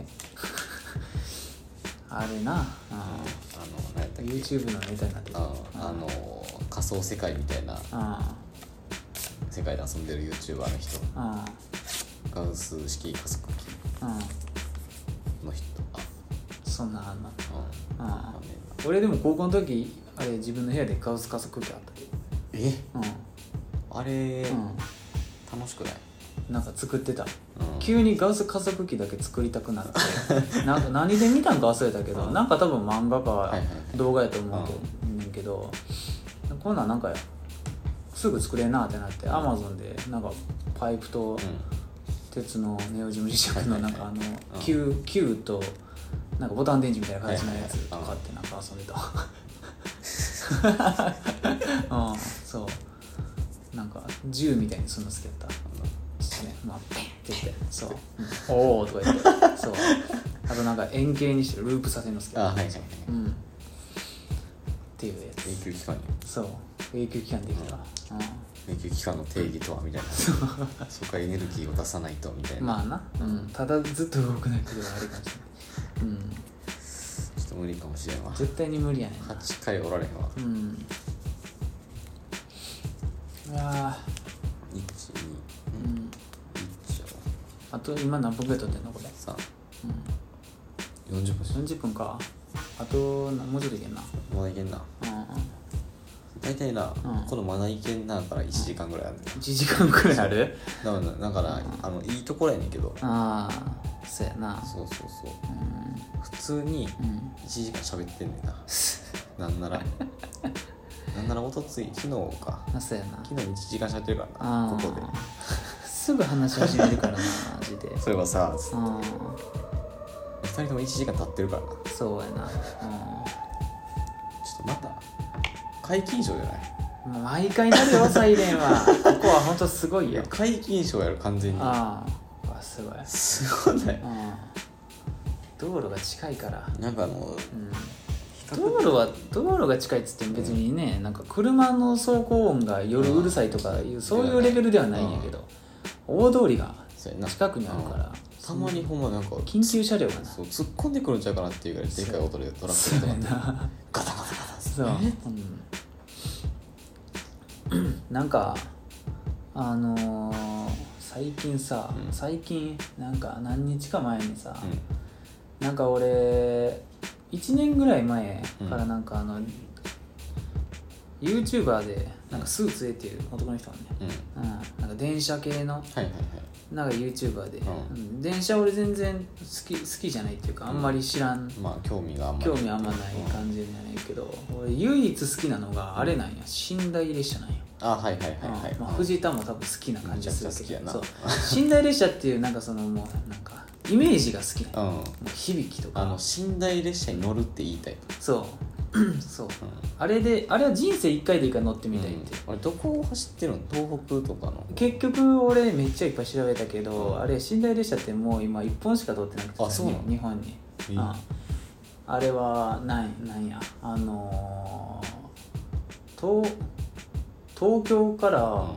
ー、あれな、うん、あの何やったっけ YouTube のネタになってる、 うん、あの仮想世界みたいな、うん、世界で遊んでる YouTuber の人、うんガウス式加速器の人、あそんなあんな、うんうん、俺でも高校の時あれ自分の部屋でガウス加速器あったで。 え、うん、あれ、うん、楽しくない？ なんか作ってた、うん、急にガウス加速器だけ作りたくなってなんか何で見たんか忘れたけど、うん、なんか多分漫画か動画やと思うねんけど、うん、こんなんなんかすぐ作れんなってなって、うん、Amazon でなんかパイプと、うん鉄のネオジム磁石のなんかあの Q, Q となんかボタン電池みたいな形のやつとかってなんか遊んでたうんそうなんか銃みたいにするの好きだった父ねまあペンって言ってそう、うん、おおとか言ってそうあとなんか円形にしてループさせるの好きだった。あはいはいはい、うん、っていうやつ。 永久期間にそう永久期間できた、うん、うん研究機関の定義とはみたいなそこからエネルギーを出さないとみたいなまあな、うん、ただずっと動くだけではあるかもしれない、うん、 ちょっと無理かもしれんわ絶対に無理やねんはちかいおられへんわうんいやいち、に、うん、いちあと今何分ぐらい撮ってんのこれさん、うん、よんじゅっぷんよんじゅっぷんかあともうちょっといけんなまだいけんなうんうん大体な、うん、このまだいけんなからいちじかんぐらいあるね、 うん、いちじかんくらいあるだからだから、うん、あのいいところやねんけどああそうやなそうそうそう、うん、普通にいちじかん喋ってんねんな、うん、なんならなんならおとつい昨日かあそうやな昨日いちじかん喋ってるからなここですぐ話し始めるからなマジでそういえばさうんふたりともいちじかん経ってるからなそうやな、うん、ちょっとまた皆勤賞じゃないもう毎回なるよサイレンはここはほんとすごいよ皆勤賞やろ完全にああすごいすごいね、 うん、道路が近いからなんかあの、 うん道路は道路が近いっつっても別にね、うん、なんか車の走行音が夜うるさいとかいう、うん、そういうレベルではないんやけど、うん、大通りが近くにあるから、 うん、たまにほんまなんか緊急車両がなそう突っ込んでくるんちゃうかなっていうぐらいでかい音でトラックとかってガタガタガタそう、うん、なんかあのー、最近さ、うん、最近なんか何日か前にさ、うん、なんか俺いちねんぐらい前からなんかあの、うん、YouTuber でなんかスーツ A っていう男の人がね、うんうん、なんか電車系の、はいはいはい、なんか YouTuber で、うん、電車俺全然好き、好きじゃないっていうかあんまり知らん、 うん、まあ興味があんまり興味あんまない感じじゃないけど、うん、俺唯一好きなのがあれなんや、寝台列車なんや。 あはいはいはいはい、 まあ、藤田も多分好きな感じするけど、 そう寝台列車っていうなんかそのもうなんかイメージが好きな、うん、もう響きとかあの寝台列車に乗るって言いたいそうそう、うん、あれであれは人生いっかいでいいから乗ってみたいって、 うん、あれどこを走ってるの東北とかの結局俺めっちゃいっぱい調べたけど、うん、あれ寝台列車ってもう今いっぽんしか通ってなくて、 あそうなの日本に、うん、あれはなんなんやあのー、東東京から、うん、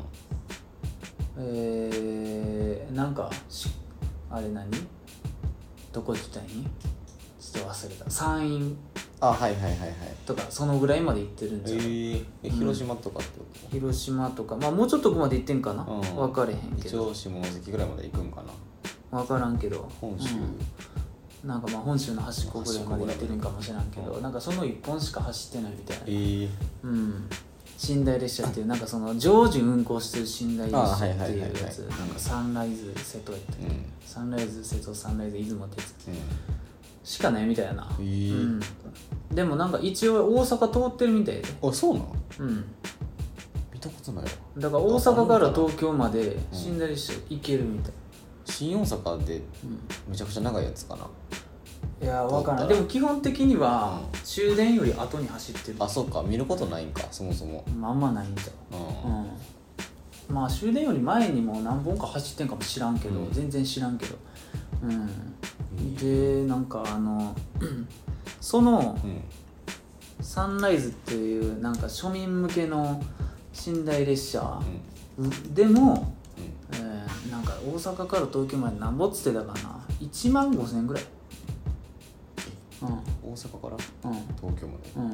えー、なんかあれ何どこ自体にちょっと忘れた山陰あはいはいはいはいとかそのぐらいまで行ってるんじゃん、えー、え広島とかってこと、 うん、広島とかまあもうちょっとここまで行ってんかな、うん、分かれへんけど一応下関ぐらいまで行くんかな分からんけど本州、 うん、なんかまあ本州の端っこぐらいまで行ってるんかもしれんけど、うん、なんかその一本しか走ってないみたいな、 えー、 うん寝台列車っていうなんかその常時運行してる寝台列車っていうやつなんかサンライズ瀬戸やったっけ、うん、サンライズ瀬戸サンライズ出雲ってやつ、うん、しかないみたいな、 えーうん、 でもなんか一応大阪通ってるみたいであそうなのうん見たことないわだから大阪から東京まで寝台列車行けるみたい、うん、 新大阪でめちゃくちゃ長いやつかな、 いや分からんでも基本的には終電より後に走ってる、 あそうか見ることないんかそもそもあんまないんだ、うんうん、まあ終電より前にも何本か走ってんかも知らんけど、うん、全然知らんけどうん、うん、でなんかあのその、うん、サンライズっていうなんか庶民向けの寝台列車、うん、でも、うんえー、なんか大阪から東京まで何ぼっつってたかないちまんごせんえんぐらいうん、大阪から、うん、東京まで、うん、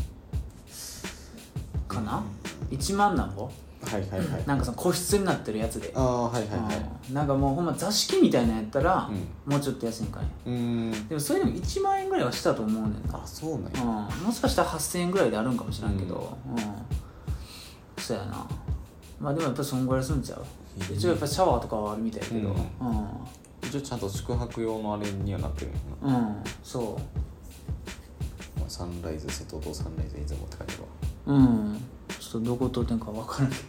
かな、うん、いちまんなんぼはいはいはい、 なんかその個室になってるやつでああはいはいはい、 うん、なんかもうほんま座敷みたいなやったら、うん、もうちょっと安いんかねうんでもそれでもいちまんえんぐらいはしたと思うねんなあそうなんや、うん、もしかしたらはっせんえんぐらいであるんかもしれんけど、うん、うん、そうやなまあでもやっぱりそんぐらいすんちゃう一応やっぱシャワーとかはあるみたいやけど、うんうん、 一応ちゃんと宿泊用のあれにはなってるんやなうんそうサンライズ瀬戸とサンライズ出雲って書いてあるわうんちょっとどこ通ってんか分からんけど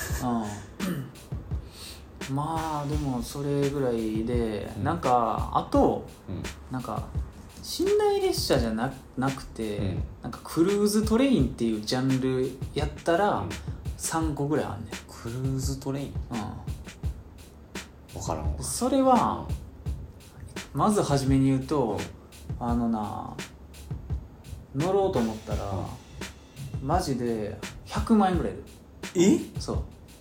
うんまあでもそれぐらいで、うん、なんかあと、うん、なんか寝台列車じゃ な, なくて、うん、なんかクルーズトレインっていうジャンルやったら、うん、さんこぐらいあんねんクルーズトレインうん分からんわそれは、うん、まず初めに言うとあのな乗ろうと思ったら、うん、マジでひゃくまんえんぐらいいるえそう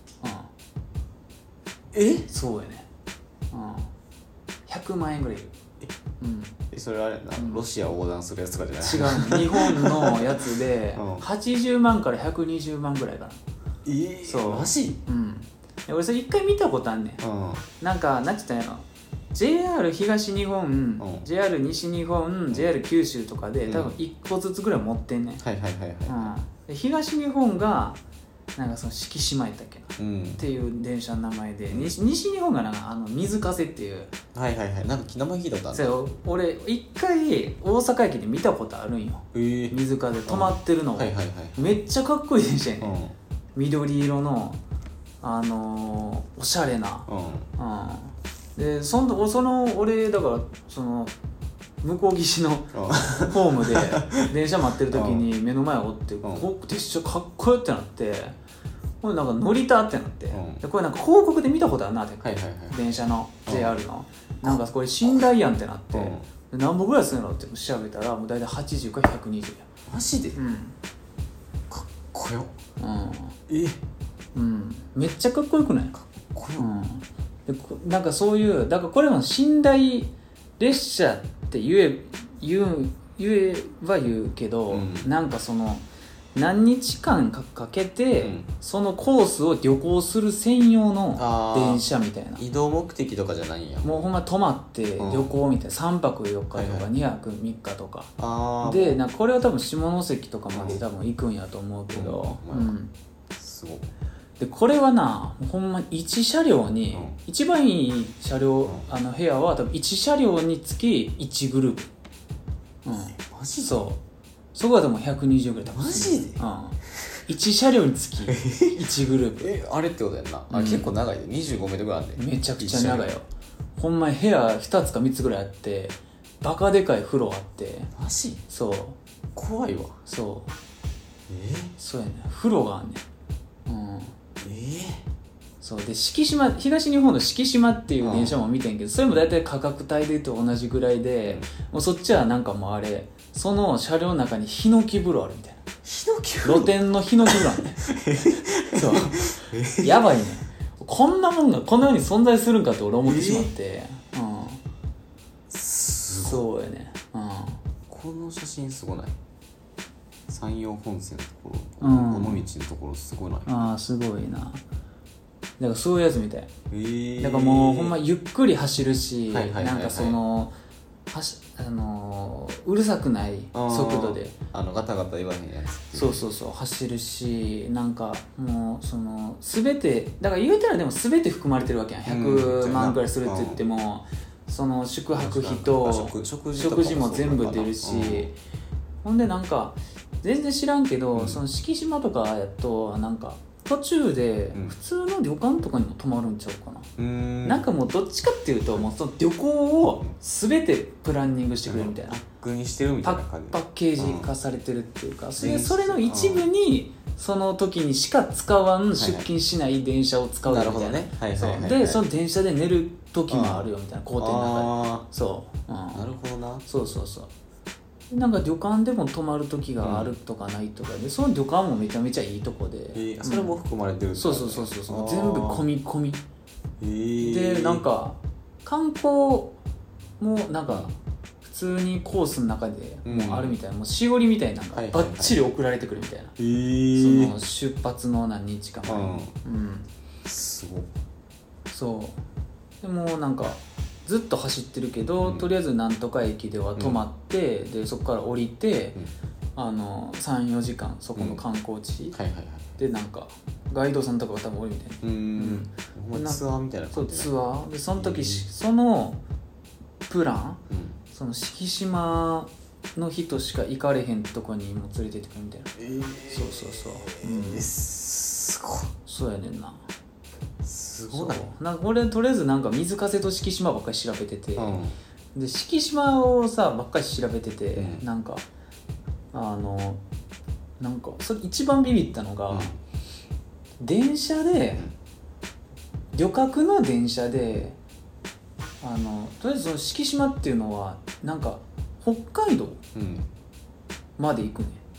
えそうやね、うん、ひゃくまんえんぐらいいる。 うん、それはあれやな、うん、ロシア横断するやつとかじゃない？ 違う、日本のやつではちじゅうまんからひゃくにじゅうまんぐらいかな。 えー、そうマジ？ うん。俺それ一回見たことあんねん、うん、なんかなんて言ったんやろ、 ジェイアール 東日本、うん、ジェイアール 西日本、うん、ジェイアール 九州とかで多分いっこずつぐらい持ってんねん、はいはいはいはい、うん、で東日本がなんかその四季島やったっけな、うん、っていう電車の名前で、うん、西, 西日本がなんかあの水風っていう、 はいはいはい、なんか名前聞いたことある。 そう俺一回大阪駅で見たことあるんよ、えー、水風止まってるの、うん、はいはいはい、めっちゃかっこいい電車やね、うん、緑色のあのー、おしゃれな、うんうん、でそのその俺だからその向こう岸のホームで電車待ってる時に目の前を追って、うん、こう鉄車かっこよってなって、これなんか乗りたってなって、うん、でこれなんか広告で見たことあるなって、はいはいはい、電車の ジェイアール の、うん、なんかこれ寝台やんってなって、うん、何本ぐらいするのって調べたらもう大体はちじゅうかひゃくにじゅうや。 マジで？うん、かっこよ、うん、えうん、めっちゃかっこよくない？かっこよ、うん、でなんかそういうだからこれも寝台列車って言え言う言えは言うけど、うん、なんかその何日間かかけて、うん、そのコースを旅行する専用の電車みたいな。 移動目的とかじゃないんや。 もうほんま泊まって旅行みたいな、うん、さんぱくよっかとかにはくみっかとか、はいはい、でなんかこれは多分下関とかまで多分行くんやと思うけど、うんうん、すごい。でこれはなほんまいち車両に、うん、一番いい車両、うん、あの部屋は多分いち車両につきいちグループ、うん、マジで？そうそこはでもひゃくにじゅうぐらい。 マジで？うん、 いち車両につきいちグループえあれってことやんな、あれ結構長いでにじゅうごメートルぐらいあるんで。めちゃくちゃ長いよ。ほんまに部屋ふたつかみっつぐらいあってバカでかい風呂あって。 マジ？ そう怖いわ。 そうえそうやね、風呂があんねん。うんえー、 そうで四季島、東日本の四季島っていう電車も見てんけど、それも大体価格帯でと同じぐらいで、もうそっちはなんかもうあれその車両の中にヒノキ風呂あるみたいな。 ヒノキ風呂？ 露天のヒノキ風呂あるねそうやばいね、こんなもんがこの世に存在するんかって俺思ってしまって、えー、うんすごいそうやね、うん、 この写真すごない？山陽本線のところ、うん、尾道のところすごいない？ ああすごいな。だからそういうやつみたい、えー、だからもうほんまゆっくり走るし、はいはいはいはい、なんかそのはしあのー、うるさくない速度であのガタガタ言わへんやつそうそうそう走るし、なんかもうその全てだから言うたらでも全て含まれてるわけやん。ひゃくまんくらいするって言っても、うん、その宿泊費と食, 食, 事食事も全部出るし、うん、ほんでなんか全然知らんけど、うん、その四季島とかやとなんか途中で普通の旅館とかにも泊まるんちゃうかな、うん、なんかもうどっちかっていうともうその旅行を全てプランニングしてくれるみたいな、 パックにしてるみたいな感じ、 パッケージ化されてるっていうか、うん、それそれの一部にその時にしか使わん出勤しない電車を使うみたいな、 なるほどね、 でその電車で寝る時もあるよみたいな、工程の中で。そう、うん、 なるほどな。 そうそうそう、なんか旅館でも泊まる時があるとかないとかで、うん、その旅館もめちゃめちゃいいとこで、 えー、それも含まれてる、ね、 そうそうそうそうそう、全部込み込み、えー、でなんか観光もなんか普通にコースの中でもうあるみたいな、うん、もうしおりみたいなのがバッチリ送られてくるみたいな、はいはいはい、その出発の何日か前に、うんうん、 すごい。 そうでもなんかずっと走ってるけど、うん、とりあえずなんとか駅では止まって、うん、でそこから降りて、うん、あの さん,よ 時間そこの観光地、うんはいはいはい、でなんかガイドさんとかが多分おるみたいな、うんうん、ツアーみたいな感じ。そうツアーでその時、そのプラン、うん、その四季島の人しか行かれへんとこにも連れてってくるみたいな、えー、そうそうそう、うん、 えー、すごい。 そうやねんな。 すごいな。 なんか俺とりあえずなんか水風と四季島ばっかり調べてて、うん、で四季島をさばっかり調べてて、うん、なんかあのなんかそれ一番ビビったのが、うん、電車で旅客の電車であのとりあえずその四季島っていうのはなんか北海道まで行くね、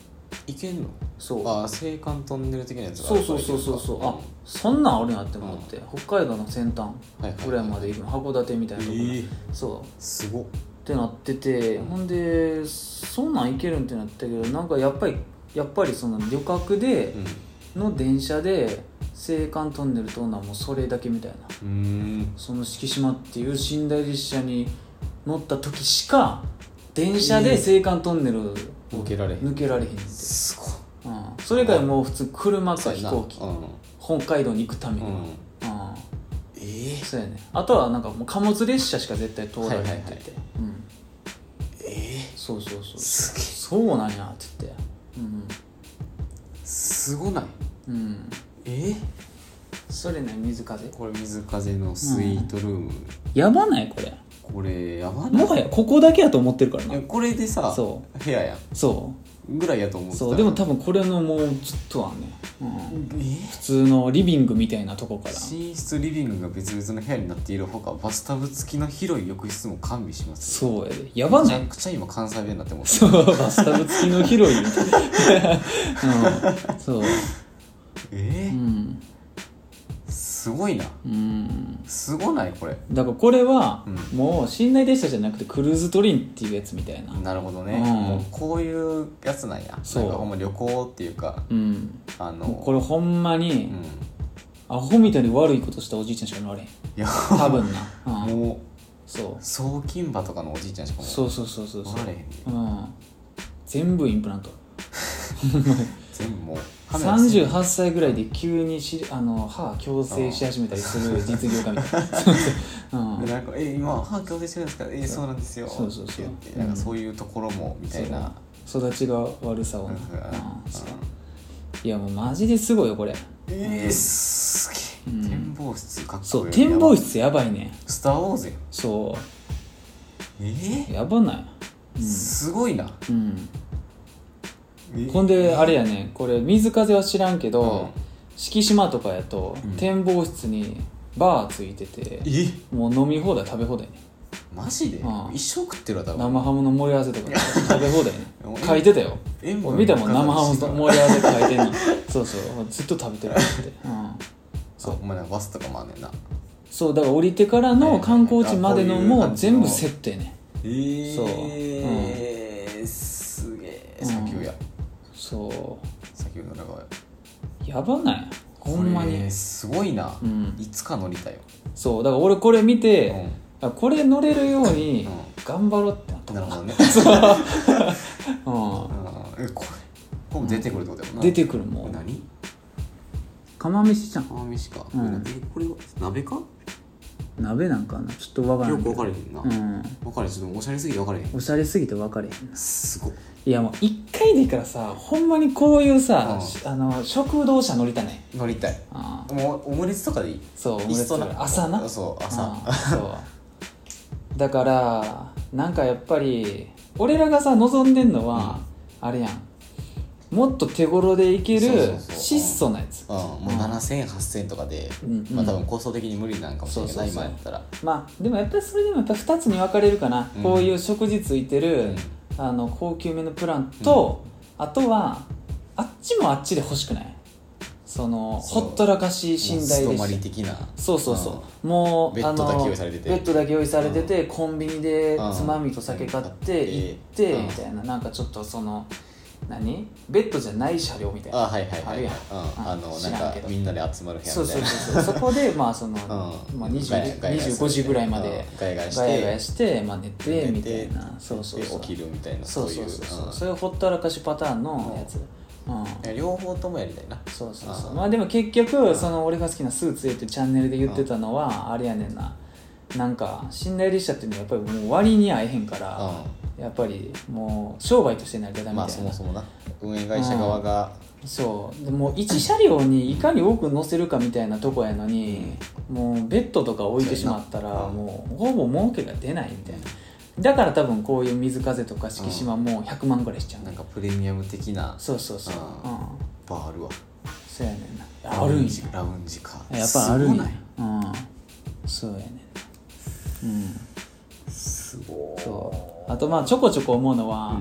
行けんの？ そうああ青函トンネル的なやつがあるそうそうそうそうそう、うん、あそんなんあるなって思って、うん、北海道の先端ぐらいまで行くの、函館みたいなところ、えー、そうすごっってなってて、ほんでそんなん行けるんってなったけど、なんかやっぱりやっぱりその旅客での電車で青函トンネル通るのはもうそれだけみたいな、 うーんその四季島っていう寝台列車に乗った時しか電車で青函トンネルを抜けられへん抜けられへんって。 すごい、 うん、それ以外もう普通車か飛行機、 うん、 北海道に行くためには、うんうん、 ええー、 そうやね。あとはなんかもう貨物列車しか絶対通られへんって言って、はいはいはい、うん、 ええー、 そうそうそうすげえそうなんやって言って、うん、 すごない、 うん、 えー、 それね水風これ水風のスイートルーム、うん、 やばないこれこれやばない、 もはやここだけやと思ってるからな。 これでさそう部屋やんそうぐらいやと思ってた。 そうでも多分これのもうずっとはね、うんえ普通のリビングみたいなとこから寝室リビングが別々の部屋になっているほかバスタブ付きの広い浴室も完備します。 そうやでやばない。 めちゃくちゃ今関西弁になってます。 そうバスタブ付きの広いみたいな、うん、そうえー、うんすごいな、うんすごないこれ。 だからこれは、うん、もう寝台列車じゃなくてクルーズトレインっていうやつみたいな。 なるほどね、うん、もうこういうやつなんや。そうなんかほんま旅行っていうか、うん、あのこれほんまに、うん、アホみたいに悪いことしたおじいちゃんしか乗られへん。いや多分な、うん、もうそう送金馬とかのおじいちゃんしかそうそうそうそう乗られへんね、 うん、全部インプラント全部もうさんじゅうはっさいぐらいで急にしあの歯矯正し始めたりする実業家みたいな、 うん、なんかえ今歯矯正してるんですか、えそうなんですよそうそうそうってなんかそういうところもみたいな、 育ちが悪さを、ねうんうん、いやもうマジですごいよこれ。 えー、すげえ、うん、展望室かっこいい。 そう展望室やばいね。 スターウォーズやん。 そうえー、 やばない、 うん、すごいな。うんほんであれやねこれ水風は知らんけど、うん、四季島とかやと、うん、展望室にバーついててもう飲み放題食べ放題ね。 マジで、うん、一生食ってるわ多分。 生ハムの盛り合わせとか食べ放題ね書いてたよ。見たもん生ハムと盛り合わせ書いてんのそうそうずっと食べてるって、うん、 そうお前バスとかもあんねんな。 そうだから降りてからの観光地までのも全部セットやね。 えー、そう、うん、すげえ砂丘や、そう砂丘の中はやばないほんまにすごいな、うん、いつか乗りたいよ。 そうだから俺これ見て、うん、これ乗れるように頑張ろうってなった、 うん、なるほどねうん、 えこれこれ出てくるってことだよな。 出てくるもん。 何釜飯じゃん。 釜飯か、うん、えこれ鍋か鍋なんかなちょっと分からんよく分かれへんな、うん、分かれへん。ちょっとおしゃれすぎて分かれへん。 おしゃれすぎて分かれへん。 すごい。 いやもう一回でいいからさほんまにこういうさ、うん、あの食堂車乗りたいね。 乗りたい。もうオムレツとかでいい。 そうオムレツとか朝な。 そう朝そうだからなんかやっぱり俺らがさ望んでんのは、うん、あれやんもっと手頃でいける質素なやつ、 うん、もうななせんえんはっせんえんとかで、うんまあ、多分コスト的に無理なんかもしれない。そうそうそう今やったらまあでもやっぱりそれでもやっぱふたつに分かれるかな、うん、こういう食事ついてる、うん、あの高級めのプランと、うん、あとはあっちもあっちで欲しくない？そのほったらかし寝台列車素泊まり的な。 そうそうそう、うん、もうベッドだけ用意されててベッドだけ用意されてて、うん、コンビニでつまみと酒買って行って、うん、みたいななんかちょっとその何ベッドじゃない車両みたいなあはいはいはい、はい、あるやん、うん、あのなんかみんなで集まる部屋みたいな。そうそうそうそうそこでまあその、うんまあ、にじゅうごじぐらいまでガヤガヤしてガヤガヤして、まあ、寝てみたいな。そうそうそう起きるみたいな。 そうそうそうそう、うん、それをほったらかしパターンのやつ、 うん、両方ともやりたいな。 そうそうそう。まあでも結局その俺が好きなスーツへってチャンネルで言ってたのはあれやねんな。なんか寝台列車っていうのはやっぱりもう割に合えへんから、うん、やっぱりもう商売として成り立たないみたいな。 まあそもそもな運営会社側が、 うん、そうでもいち車両にいかに多く乗せるかみたいなとこやのに、うん、もうベッドとか置いてしまったらもうほぼ儲けが出ないみたいな。だから多分こういう水風とか四季島もひゃくまんぐらいしちゃう、 うん、なんかプレミアム的な。 そうそうそう、うん、 バーあるわ。 そうやねんな。あるんやラウンジかやっぱあるんや。うんそうやねんうんすごい。 そうあとまあちょこちょこ思うのは、うん、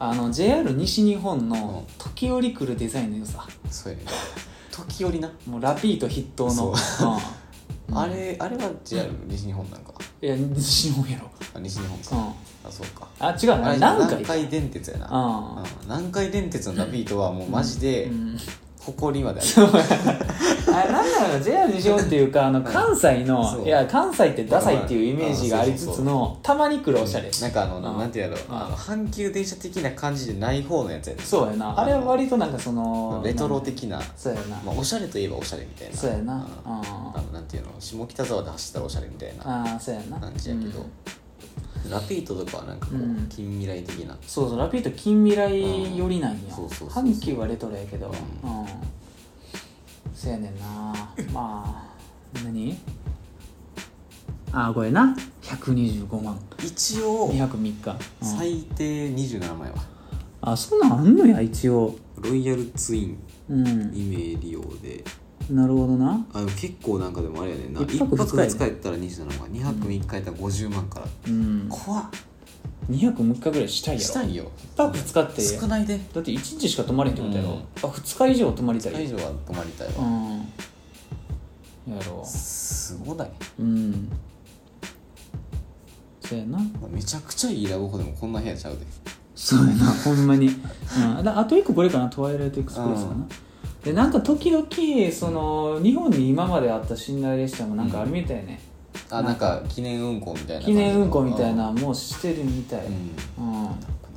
あの ジェイアール 西日本の時折来るデザインの良さ、 うん、そうやね時折なもうラピート筆頭の、 うん、あれあれは ジェイアール 西日本なんかいや西日本やろあ西日本か、うん、あそうかあ違うな南海南海電鉄やな、うんうん、南海電鉄のラピートはもうマジで、うんうん誇りまであるそうあれなんだろう ジェイアール 西日本っていうかあの関西の、うん、いや関西ってダサいっていうイメージがありつつのたまに来るおしゃれ、 うん、なんかあの、うん、なんていうやろあの阪急電車的な感じでない方のやつやねそうやなあれは割となんかそのレトロ的なそうやな、 まあ、おしゃれといえばおしゃれみたいなそうやな、うん、 あのなんていうの下北沢で走ったらおしゃれみたいなあそうやな感じやけど、うん、ラピートとかはなんかこう、うん、近未来的なそうそうラピート近未来寄りなんや阪急はレトロやけど、うん、うんそうやねんなまあ何あこれなひゃくにじゅうごまん一応にはくみっか、 うん、最低にじゅうななまんやわあそんなんあんのや一応ロイヤルツインに名利用で、 うん、なるほどなあ結構なんかでもあれやねんないっぱくふつかやったらにじゅうななまんにはくみっかやったらごじゅうまんから、うん、怖っにはくむっかぐらいしたいやろしたいよいっぱくふつかって少ないでだっていちにちしか泊まれんってことやろ、うん、ふつか以上泊まりたいふつか以上は泊まりたいわ、うん、 やろうすごないうんそうやなめちゃくちゃいいラブホでもこんな部屋ちゃうでそうやなほんまに、うん、あといっここれかなトワイライトエクスプレスかな、うん、でなんか時々その日本に今まであった寝台列車もなんかあるみたいね、 うん、あなんか記念運行みたいな記念運行みたいなもうしてるみたい、うん、うん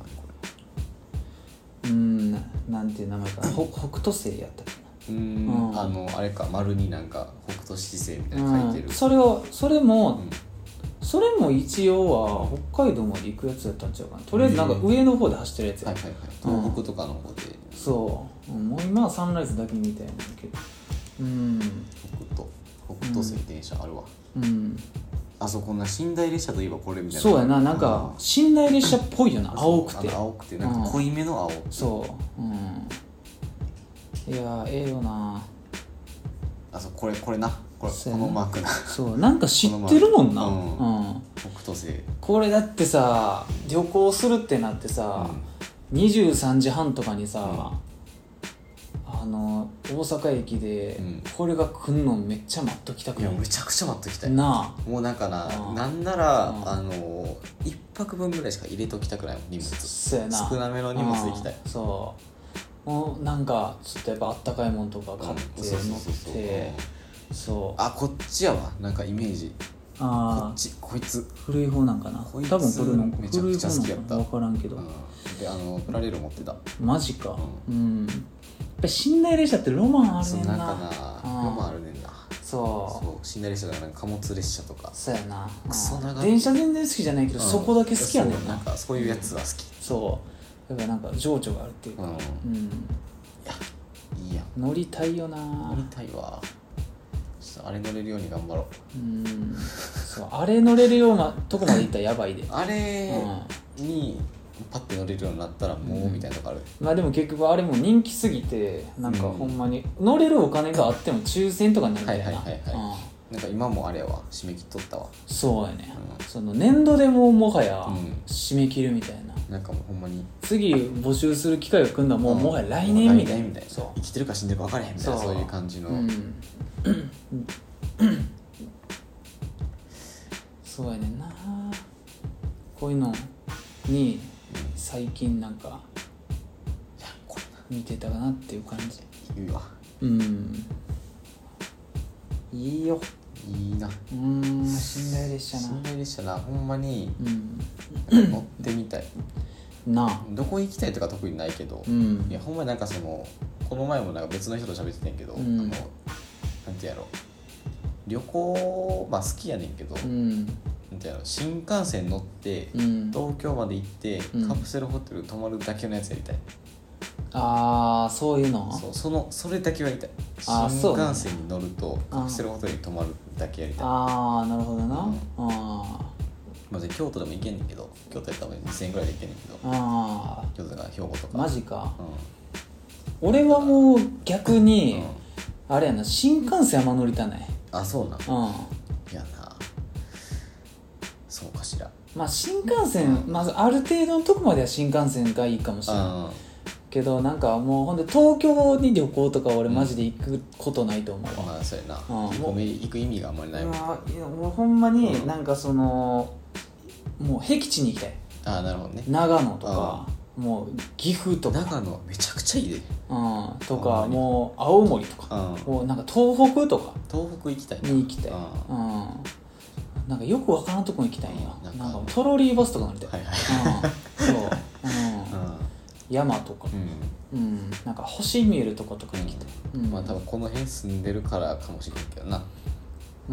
うんなんていう名前かな北斗星やったっけなうん、うん、あのあれか丸になんか北斗七星みたいな書いてる、 うん、それをそれも、うん、それも一応は北海道まで行くやつだったんちゃうかなとりあえずなんか上の方で走ってるやつや、 はいはいはい東北とかの方で、 うん、そう、もう今はサンライズだけみたいなんだけどうん北斗北斗星電車あるわうん、うんあそこんな寝台列車といえばこれみたいなそうやななんか寝台列車っぽいよな、うん、青くて青くてなんか濃いめの青、うん、 そううんいやええよなあそうこれこれなこれこのマークなそうなんか知ってるもんな、うんうん、北斗星これだってさ旅行するってなってさ、うん、にじゅうさんじはんとかにさ、うんあの大阪駅でこれが来んのめっちゃ待っときたくない、 いやめちゃくちゃ待っときたいなあもうなんかな、うん、なんなら、うん、あのいっぱくぶんぐらいしか入れときたくない荷物そうやな少なめの荷物で行きたい、 うん、そうもうなんかちょっとやっぱあったかいもんとか買って乗ってそうあこっちやわなんかイメージあこっちこいつ古い方なんかなこいつ多分これのめちゃくちゃ好きやった分からんけど、 うん、であのプラレール持ってたマジかうん、うんやっぱ寝台列車ってロマンあるねんな。 そうなんかな、ロマンあるねんな。 そう。 そう寝台列車とかなんか貨物列車とか。 そうやな。 クソ長い。 電車全然好きじゃないけど、うん、そこだけ好きやねんな。 なんかそういうやつは好き。 そう。だからなんか情緒があるっていうか。うん。うん、いやいいや。 乗りたいよな。 乗りたいわ。ちょっとあれ乗れるように頑張ろう。うん。 そうあれ乗れるようなとこまで行ったらやばいで。 あれに。うんパッて乗れるようになったらもうみたいなとこある、 うん、まあでも結局あれも人気すぎてなんかほんまに乗れるお金があっても抽選とかになるみたいな、はいはいはいはい、 うん、なんか今もあれやわ締め切っとったわそうやね、うん、その年度でももはや締め切るみたいな、 うん、なんかもうほんまに次募集する機会が来るのはもう、うん、もはや来年みたいな、 来年みたいなそう生きてるか死んでるか分からへんみたいなそういう感じの、うん、そうやねんなこういうのに最近なんか見てたかなっていう感じいいわうんいいよいいなうん寝台列車な寝台列車なほんまに、うん、乗ってみたいなあどこ行きたいとか特にないけど、うん、いやほんまになんかそのこの前もなんか別の人と喋ってたんやけど、うん、あのなんてやろ旅行まあ好きやねんけど、うん新幹線乗って、うん、東京まで行って、うん、カプセルホテル泊まるだけのやつやりたいああそういうのそうそのそれだけはやりたい新幹線に乗るとカプセルホテルに泊まるだけやりたいああなるほどな、うん、あまあ、京都でも行けんねんけど京都やったらにせんえんぐらいで行けんねんけどあ京都が兵庫とかマジか、うん、俺はもう逆に、うん、あれやな新幹線あんま乗りたないあそうな、うん、いやなそうかしらまあ新幹線、まずある程度のとこまでは新幹線がいいかもしれないけど、なんかもうほんで東京に旅行とか俺マジで行くことないと思うわ、 うん、まあそうやな、 うん、 行く行く意味があんまりないもん。 いや俺ほんまになんかその、うん、もう僻地に行きたい。 ああなるほどね。 長野とかもう岐阜とか長野めちゃくちゃいいで、 うん、とかもう青森とか、うん、もうなんか東北とか東北行きたいに行きたい、うん、うん、なんかよくわからんとこに行きたいんよ、 うん、 なんかトロリーバスとか乗りたい、はいはいうん、そう、うんうん、山とか、うんうん、なんか星見えるとことか行きたい、 うんうん、まあ多分この辺住んでるからかもしれんけどな、 うん、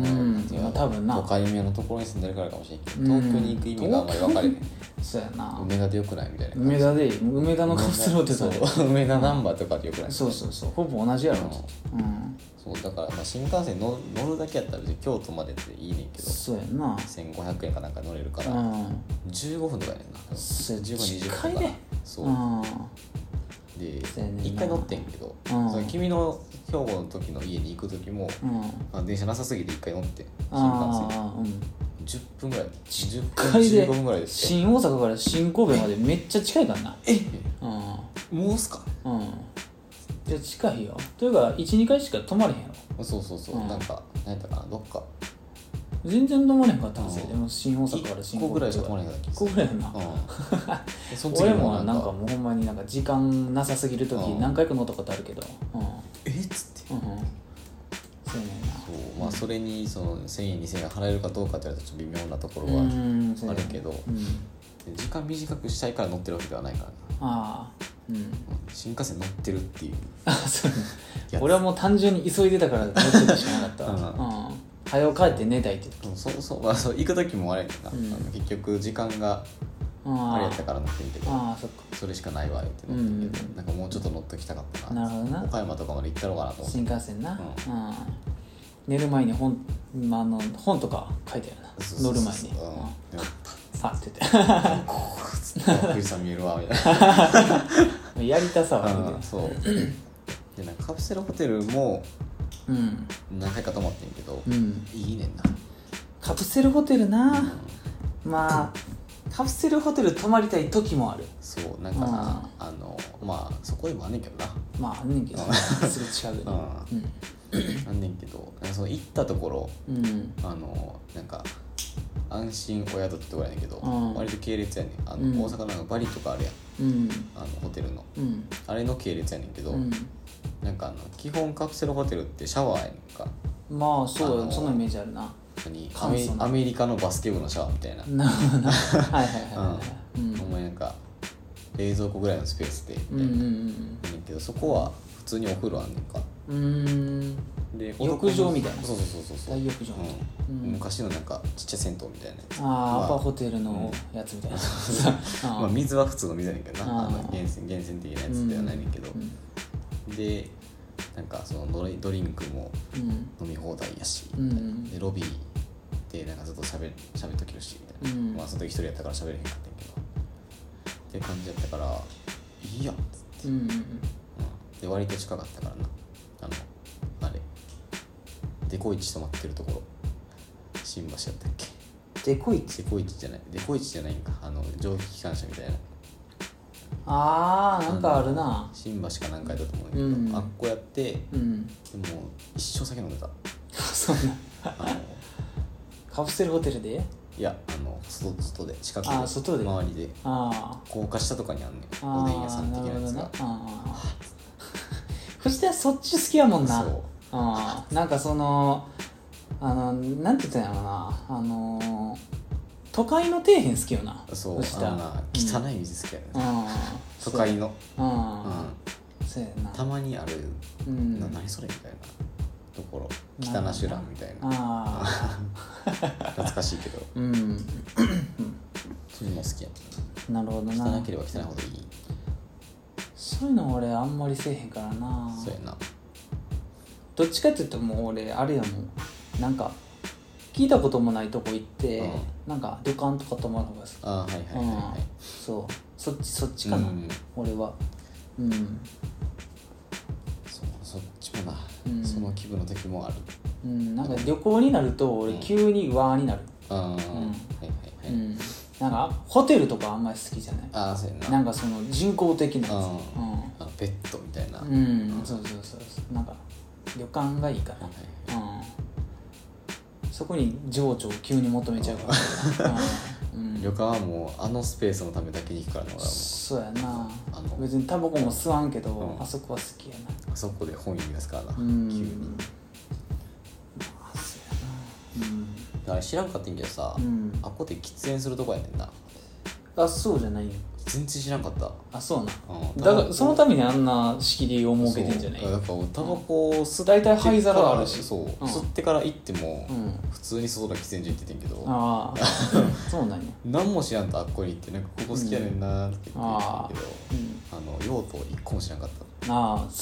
まあ多分な都会目のところに住んでるからかもしれんけど、東京に行く意味があんまり分かれへん。 そうやな、 梅田でよくないみたいな。 梅田でいい、梅田のカプセルホテルと梅田ナンバーとかでよくない、 そうそうそう、ほぼ同じやろ、うん、 そうだからまあ新幹線乗るだけやったら別に京都までっていいねんけど、 そうやな、 せんごひゃくえんかなんか乗れるから、うん、じゅうごふんとかやねんな、じゅうご、にじゅっぷんかな、そう、うん、で一回乗ってんけど、うん、その君の兵庫の時の家に行く時も、うん、あ電車なさすぎて一回乗って新幹線、うん、じゅっぷんぐらいじゅっぷんじゅうごふんぐらいです新大阪から新神戸までめっちゃ近いからな。 え、うん、もうすか、 うん、じゃ近いよというか いちにかいしか泊まれへんやろ。 そうそうそう、うん、なんか何やったかな、どっか全然泊まれへんかったんですよ、うん、でも新大阪から新神戸いっこぐらいしか泊まれへんかったいっこぐらいやな、うん、そ俺もなんかもうほんまになんか時間なさすぎる時何回か乗ったことあるけど、うん、 えっつって、うん、そうやねんな。そうまあそれにそのせんえんにせんえん払えるかどうかって言われたらちょっと微妙なところはあるけど、うん、時間短くしたいから乗ってるわけではないからな。あ、うん、新幹線乗ってるっていう。 あ、そうね。俺はもう単純に急いでたから乗ってたしかなかった。うんうん、早く帰って寝たいって言って。 そうそう、まあ、そう行く時もあれやけどな、うん、あの結局時間があれやったから乗ってみてけど、あそっか、それしかないわよって乗ってみて、うん、なんかもうちょっと乗っときたかったな。なるほどな。岡山とかまで行ったろうかなと思って。 新幹線な、うんうん、寝る前に本、まあ、あの本とか書いてあるな、そうそうそう、乗る前に、うん、パッて言ってこうつって富士山見えるわみたいなやりたさはあるけど、 そうでなんかカプセルホテルも何回か泊まってんけど、うん、いいねんなカプセルホテルな、うん、まあカプセルホテル泊まりたい時もある。 そうなんかな、うん、あのまあそこでもあんねんけどな、 まああんねんけどすぐ近くに、うん、 あんねんけどその行ったところ、うん、あのなんか安心お宿ってとこやねんけど、うん、割と系列やねん。あの、うん、大阪なんかバリとかあるやん、うん、あのホテルの、うん、あれの系列やねんけど、うん、なんかあの基本カプセルホテルってシャワーやねんか。 まあそうそのイメージあるな。 アメ、アメリカのバスケ部のシャワーみたいな。なるほどな。はいはいはい、うん、お前なんか冷蔵庫ぐらいのスペースでみたいな、うんうんうん、けどそこは普通にお風呂あんねんか。うーんで浴場みたいな。 そうそうそうそう、 大浴場みたいな、 うんうん、昔のなんかちっちゃい銭湯みたいなやつ。 ああ、アパホテルのやつみたいな、 うん、まあ水は普通の水やねんけどな、あの源泉源泉的なやつではないねんけど、うんうん、でなんかそのドリ、ドリンクも飲み放題やし、うん、でロビーでなんかずっとしゃべしゃべっときるしみたいな、うん、まあその時一人やったからしゃべれへんかったんやけどって感じやったからいいやんっつって、うんうんうん、で割と近かったからな、あのあれデコイチ泊まってるところ新橋やったっけ。 デコイチデコイチじゃないデコイチじゃないんか、あの蒸気機関車みたいな。 あーなんかあるな、 新橋か何回だと思うんだけど、うん、あっこやって、うん、でも一生酒飲んでたそんなあのカプセルホテルでいやあの 外, 外で近くであ外で周りであ高架下とかにあんねんおでん屋さん的なやつが。 藤田はそっち好きやもんな。そうあなんかそのあのなんて言ったんやろな、あの都会の底辺好きよな。 そうあのな汚い水好きやね、うん、都会のうん、うん、そうやな。たまにある、うん、な何それみたいなところ汚シュランみたいなあ懐かしいけど、うん、そういうの好きやな。なるほどな。 汚ければ汚いほどいい。 そういうの俺あんまりせえへんからな。 そうやな。 どっちかって言うともう俺あれやもん、なんか聞いたこともないとこ行って、うん、なんか旅館とか泊まる方が好き。あはいはいはい、はい、うん、そうそっちそっちかな、うん、俺はうんそうそっちもな、うん、その気分の時もある。 うんなんか旅行になると俺急にうわーになる。 うん、あはいはいはい、 うん、 なんかホテルとかあんまり好きじゃない。 ああそうやな。 なんかその人工的なやつ、うん、 あのベッドみたいな、 うん、うん、そうそうそうそう、なんか旅館がいいかな、はい、うん、そこに情緒を急に求めちゃうから、うん、 旅館はもうあのスペースのためだけに行くからな俺はもう。 そうやな、あの別にタバコも吸わんけど、うん、あそこは好きやな。 あそこで本読みますからな、 うん、 急に。 まあそうやな、うん、 だから知らんかったんやけどさ、うん、あっこで喫煙するとこやねんな。 あ、そうじゃないよ。 全然知らんかった。 あ、そうな、うん、だからそのためにあんな仕切りを設けてんじゃない。 やっぱタバコを吸って大体灰皿あるし、 そう、うん、吸ってから行っても、うん、普通に外の喫煙所行っててんけど、 ああそうなんや。 何も知らんとあっこに行ってなんかここ好きやねんなって言ってたんやけど、うん、あの用途一個も知らんかった。ああ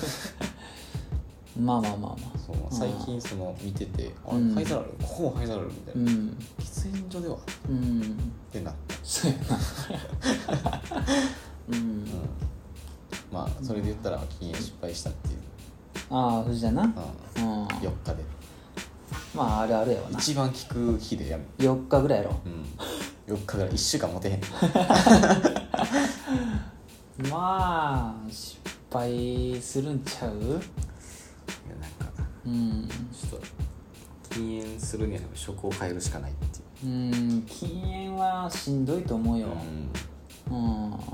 まあまあまあまあ、 そう最近その見てて、あ、うん、灰皿ある、ここも灰皿あるみたいな、うん、喫煙所では、うん、ってなったそうやなうん、うん、 まあそれで言ったら禁煙失敗したっていう。 ああ藤田な、うん、 よっかでまああるあるやわな。 一番効く日でやめよっかぐらいやろ、 うん、よっかぐらいいっしゅうかん持てへんまあ失敗するんちゃう。 いやなんか、うん、ちょっと禁煙するには職を変えるしかないっていう。 うん、禁煙はしんどいと思うよ。うん、うん、まあ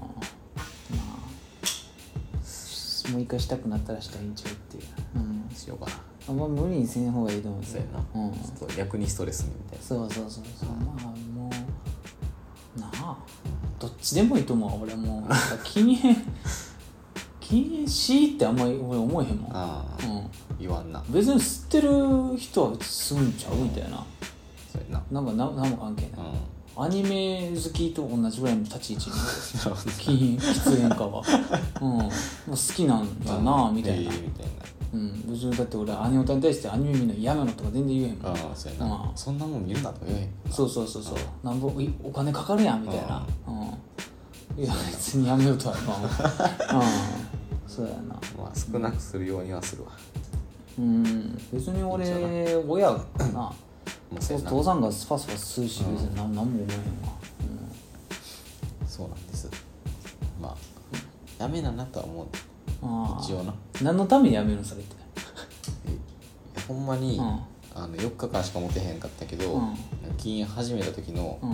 もう一回したくなったらしたらいいんちゃうっていう、うん、 しようかな。 あんま無理にせん方がいいと思う。 そうやな、うん、ちょっと逆にストレスみたいな。 そうそうそうそう、うん、まあもうなあどっちでもいいと思う。俺も禁煙禁煙しいってあんまり俺思えへんもん。あ、うん、 言わんな。 別に吸ってる人は吸うんちゃうみたいな、うん、 そうやな。 なんか何も関係ない、うん、アニメ好きと同じぐらいの立ち位置に禁煙喫煙家は、うん、もう好きなんだなみたいな、うん、みたいな、うん、別にだって俺アニオタに対してアニメ見るのやめろとか全然言えへんもん。 ああそうやな、うん、そんなもん見るなとか言えへん。 そうそうそうそう、うん、なんぼお金かかるやんみたいな、うん、いや別にやめようとは言わん、うん、そうやな。 まあ少なくするようにはするわ。 うん、別に俺親かな父さんがスパスパ吸うし別に何も思えへんわ、 うん、そうなんです。まあやめななとは思う。あ一応な。 何のためにやめるのそれって。 えいやほんまに、うん、あのよっかかんしか持てへんかったけど、うん、禁煙始めた時の、うん、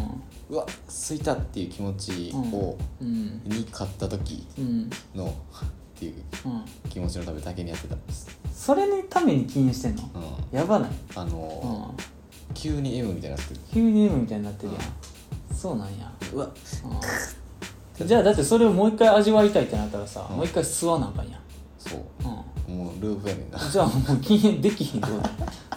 うわ吸いたっていう気持ちを、うん、に勝った時の、うん、っていう気持ちのためだけにやってたんです。 それのために禁煙してんの、うん、やばない。 あのーうん、急に M みたいになってる。 急に M みたいになってるやん、うん、そうなんや。うわ、うん、じゃあだってそれをもう一回味わいたいってなったらさ、うん、もう一回吸わなあかんやん。 そう、うん、もうループやねんな。 じゃあもう禁煙できひんってこと、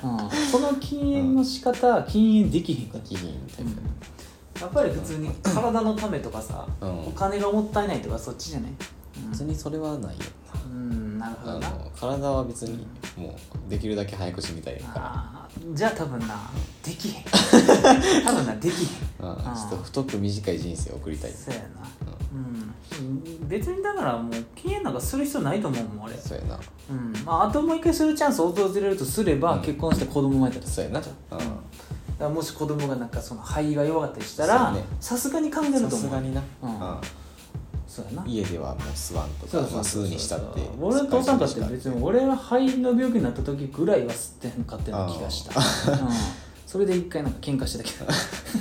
うん、その禁煙の仕方、うん、禁煙できひんから。 できひんみたいな、うん、 やっぱり普通に体のためとかさ、うん、お金がもったいないとかそっちじゃない、 うん、別にそれはないよ。 うん、なるほどな。あの体は別にもうできるだけ早く死にたいから。 あじゃあ多分なできへん多分なできへん、 ああちょっと太く短い人生を送りたい。 そうやな、うん、うん、別にだからもう禁煙なんかする必要ないと思うもん俺。 そうやな、 うんまあ、あともう一回するチャンス訪れるとすれば、うん、結婚して子供もやったりそうやな、うん、 だからもし子供がなんかその肺が弱かったりしたらさすがに考えると思う。 さすがにな、 うん、そうやな。 家ではもう吸わんとか吸うにしたって俺の父さんだって別に俺は肺の病気になった時ぐらいは吸ってへんかってな気がした、うん、それで一回なんか喧嘩してたけど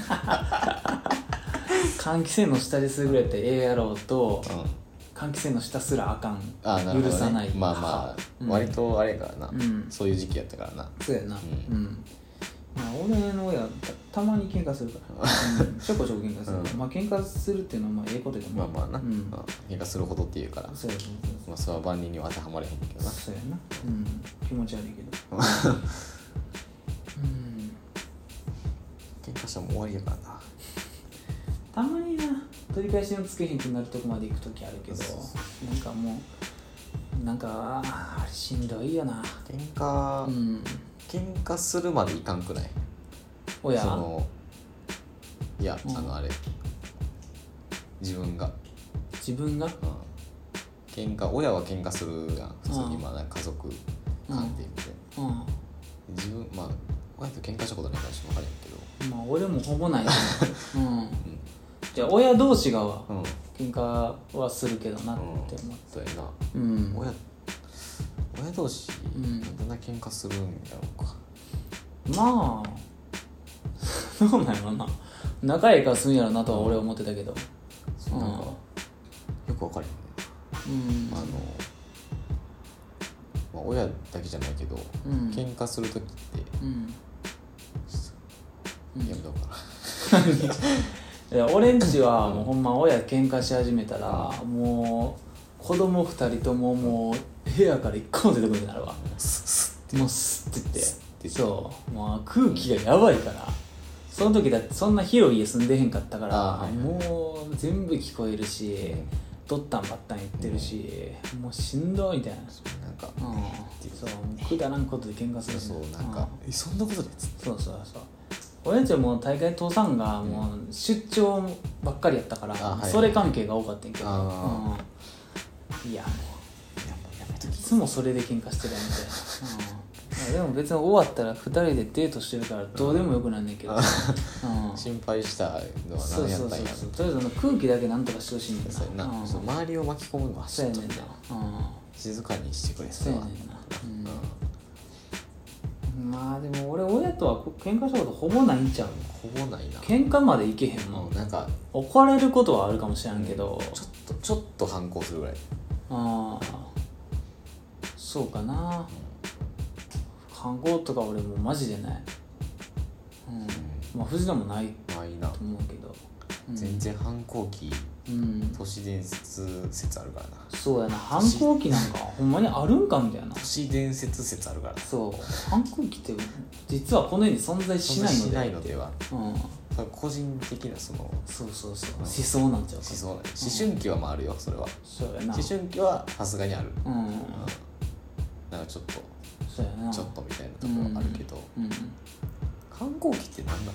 換気扇の下でするぐらいってええやろうと、うん、換気扇の下すらあかん、あなるほど、ね、許さない。 まあまあ、うん、割とあれやからな、うん、そういう時期やったからな。 そうやな、うん、うん、まあ、俺の親 た, たまに喧嘩するから、うん、ちょこちょこ喧嘩する、うん、まあ喧嘩するっていうのはまあええことでもまあまあな、うん、まあ、喧嘩するほどっていうから、 そうやそうそうそう、 まあ、それは万人には当てはまれへんけどな。 そうやな、うん、気持ち悪いけどうん、 喧嘩したらもう終わりやからな。 たまにな取り返しのつけへんくなるとこまで行く時あるけど、なんかもうなんかあれしんどいよな喧嘩、うん、喧嘩するまでいかんくない？親？そのいや、うん、あのあれ自分が自分が、うん、 喧嘩親は喧嘩するやん普通に、まあ家族関係みたいな、うんうん、自分まあ親と喧嘩したことないからちょっと分からへんけど、 まあ俺もほぼない、うん、うん、 いや親同士がは、うん、喧嘩はするけどなって思って、 うん、そうやな、 うん、 親親同士、うん、どんな喧嘩するんやろうか。 まあどうなんやろな、仲いいからするんやろなとは俺は思ってたけど、 うん、なんかよくわかるよね、うん、あの、まあ、親だけじゃないけど、うん、喧嘩するときって、うんうん、やめとこうかないや俺んちはもうほんま親喧嘩し始めたら、うん、もう子供ふたりとももう部屋から一個も出てこなくなるわ、もうスッて言って、そうもう空気がやばいから、その時だってそんな広い家住んでへんかったから、はいはい、もう全部聞こえるし、ドッタンバッタン言ってるし、うん、もうしんどいみたいな、 なんか、 うん、そうくだらんことで喧嘩する。 そうなんか、うん、えそんなことでつってそうそうそう、俺んちはもう大概父さんがもう出張ばっかりやったから、うん、それ関係が多かったんやけど、うん、いやもういつもそれで喧嘩してるみたいな、うん、でも別に終わったらふたりでデートしてるからどうでもよくなんねんけど、うん、 心配したのは何やったんやろ。 とりあえず空気だけなんとかしてほしいんだな、うん、そう周りを巻き込むのはそうやねんな、うん、 静かにしてくれ。 そうやねんな、うん、まあでも俺親とは喧嘩したことほぼないんちゃう。 ほぼないな。 喧嘩までいけへんの、 うん、なんか怒られることはあるかもしれんけど、 ちょっとちょっと反抗するぐらい。 ああそうかな、反抗とか俺もうマジでない、うん、まあ藤田もないないなと思うけど、 うん、全然反抗期、うん、都市伝説説あるからな。 そうやな、反抗期なんかほんまにあるんかみたいな都市伝説説あるからな。 そう反抗期って実はこの世に存在しないのでしないのでは、うん、個人的なそのそうそうそう、うん、思想なんちゃうか。 思想なん、思春期はまああるよそれは。 そうやな、 思春期はさすがにある、うん、うん、なんかちょっとそうやなちょっとみたいなところあるけど、うんうん、反抗期って何なの？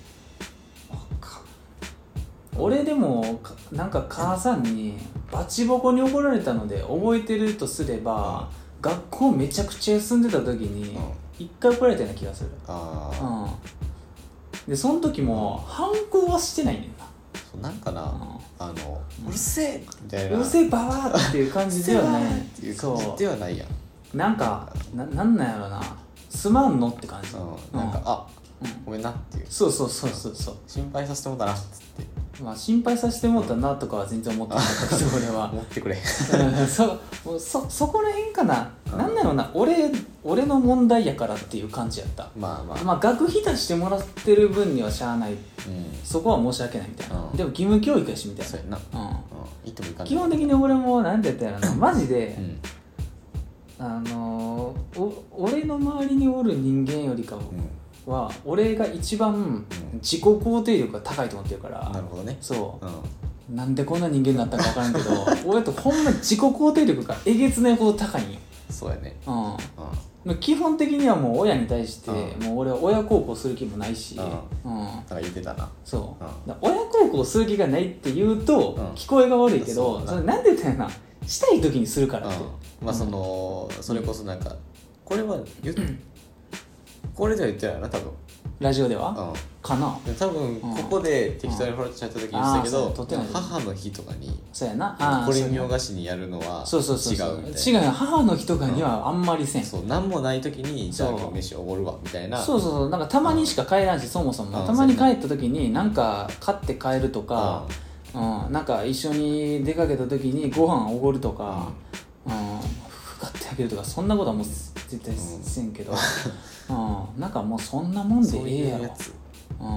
俺でもなんか母さんにバチボコに怒られたので覚えてるとすれば、うん、学校めちゃくちゃ休んでた時に一回怒られたような気がする。あ、うん、でその時も反抗はしてないねんな。 そうなんかな、うん、あのうるせえみたいな、 うるせえババーっていう感じではないっていう感じではないやん。 なんか な, なんなんやろな、すまんのって感じ、 うん、なんか、うん、あ、うん、ごめんなっていう。 そうそうそうそうそう、 心配させてもらったなっつって、 まあ心配させてもらったなとかは全然思ってなかったけど俺は持ってくれそ, そ, そこら辺かな、うん、なんだろうな、俺俺の問題やからっていう感じやった。まあまあ、まあ、学費出してもらってる分にはしゃあない、うん、そこは申し訳ないみたいな、うん、でも義務教育やしみたいな。 そうやな、うんうん、いってもいかん。 基本的に俺もなんて言ったらなマジで、うん、あのー、お俺の周りにおる人間よりかは、うんは俺が一番自己肯定力が高いと思ってるから、うん、 なるほどね。 そう、うん、なんでこんな人間になったか分からんけど俺とほんまに自己肯定力がえげつないほど高いんよ。 そうやね、 うんうん、基本的にはもう親に対して、うん、もう俺は親孝行する気もないし、 うんうん、だから言ってたな。 そう、うん、だ親孝行する気がないって言うと、うん、聞こえが悪いけど、それなんで言ったんやな、したい時にするからって、 うん、まあその、うん、それこそなんかこれは言ってこれでは言ってないな多分ラジオでは、 うん、 かな。 多分ここで適当にフラッチャった時に言ってたけど、うん、母の日とかにそうやな、 これ見よがしにやるのは違うみたいな。 違う、母の日とかにはあんまりせん、うん、 そう何もない時にじゃあ今日飯おごるわみたいな。 そうそうそう、なんかたまにしか帰らんし、うん、そもそも、うん、たまに帰った時になんか買って帰るとか、うんうん、なんか一緒に出かけた時にご飯おごるとか、うんうん、服買ってあげるとか、そんなことはもう絶対せんけど、うん、なんかもうそんなもんでええやろ。うん、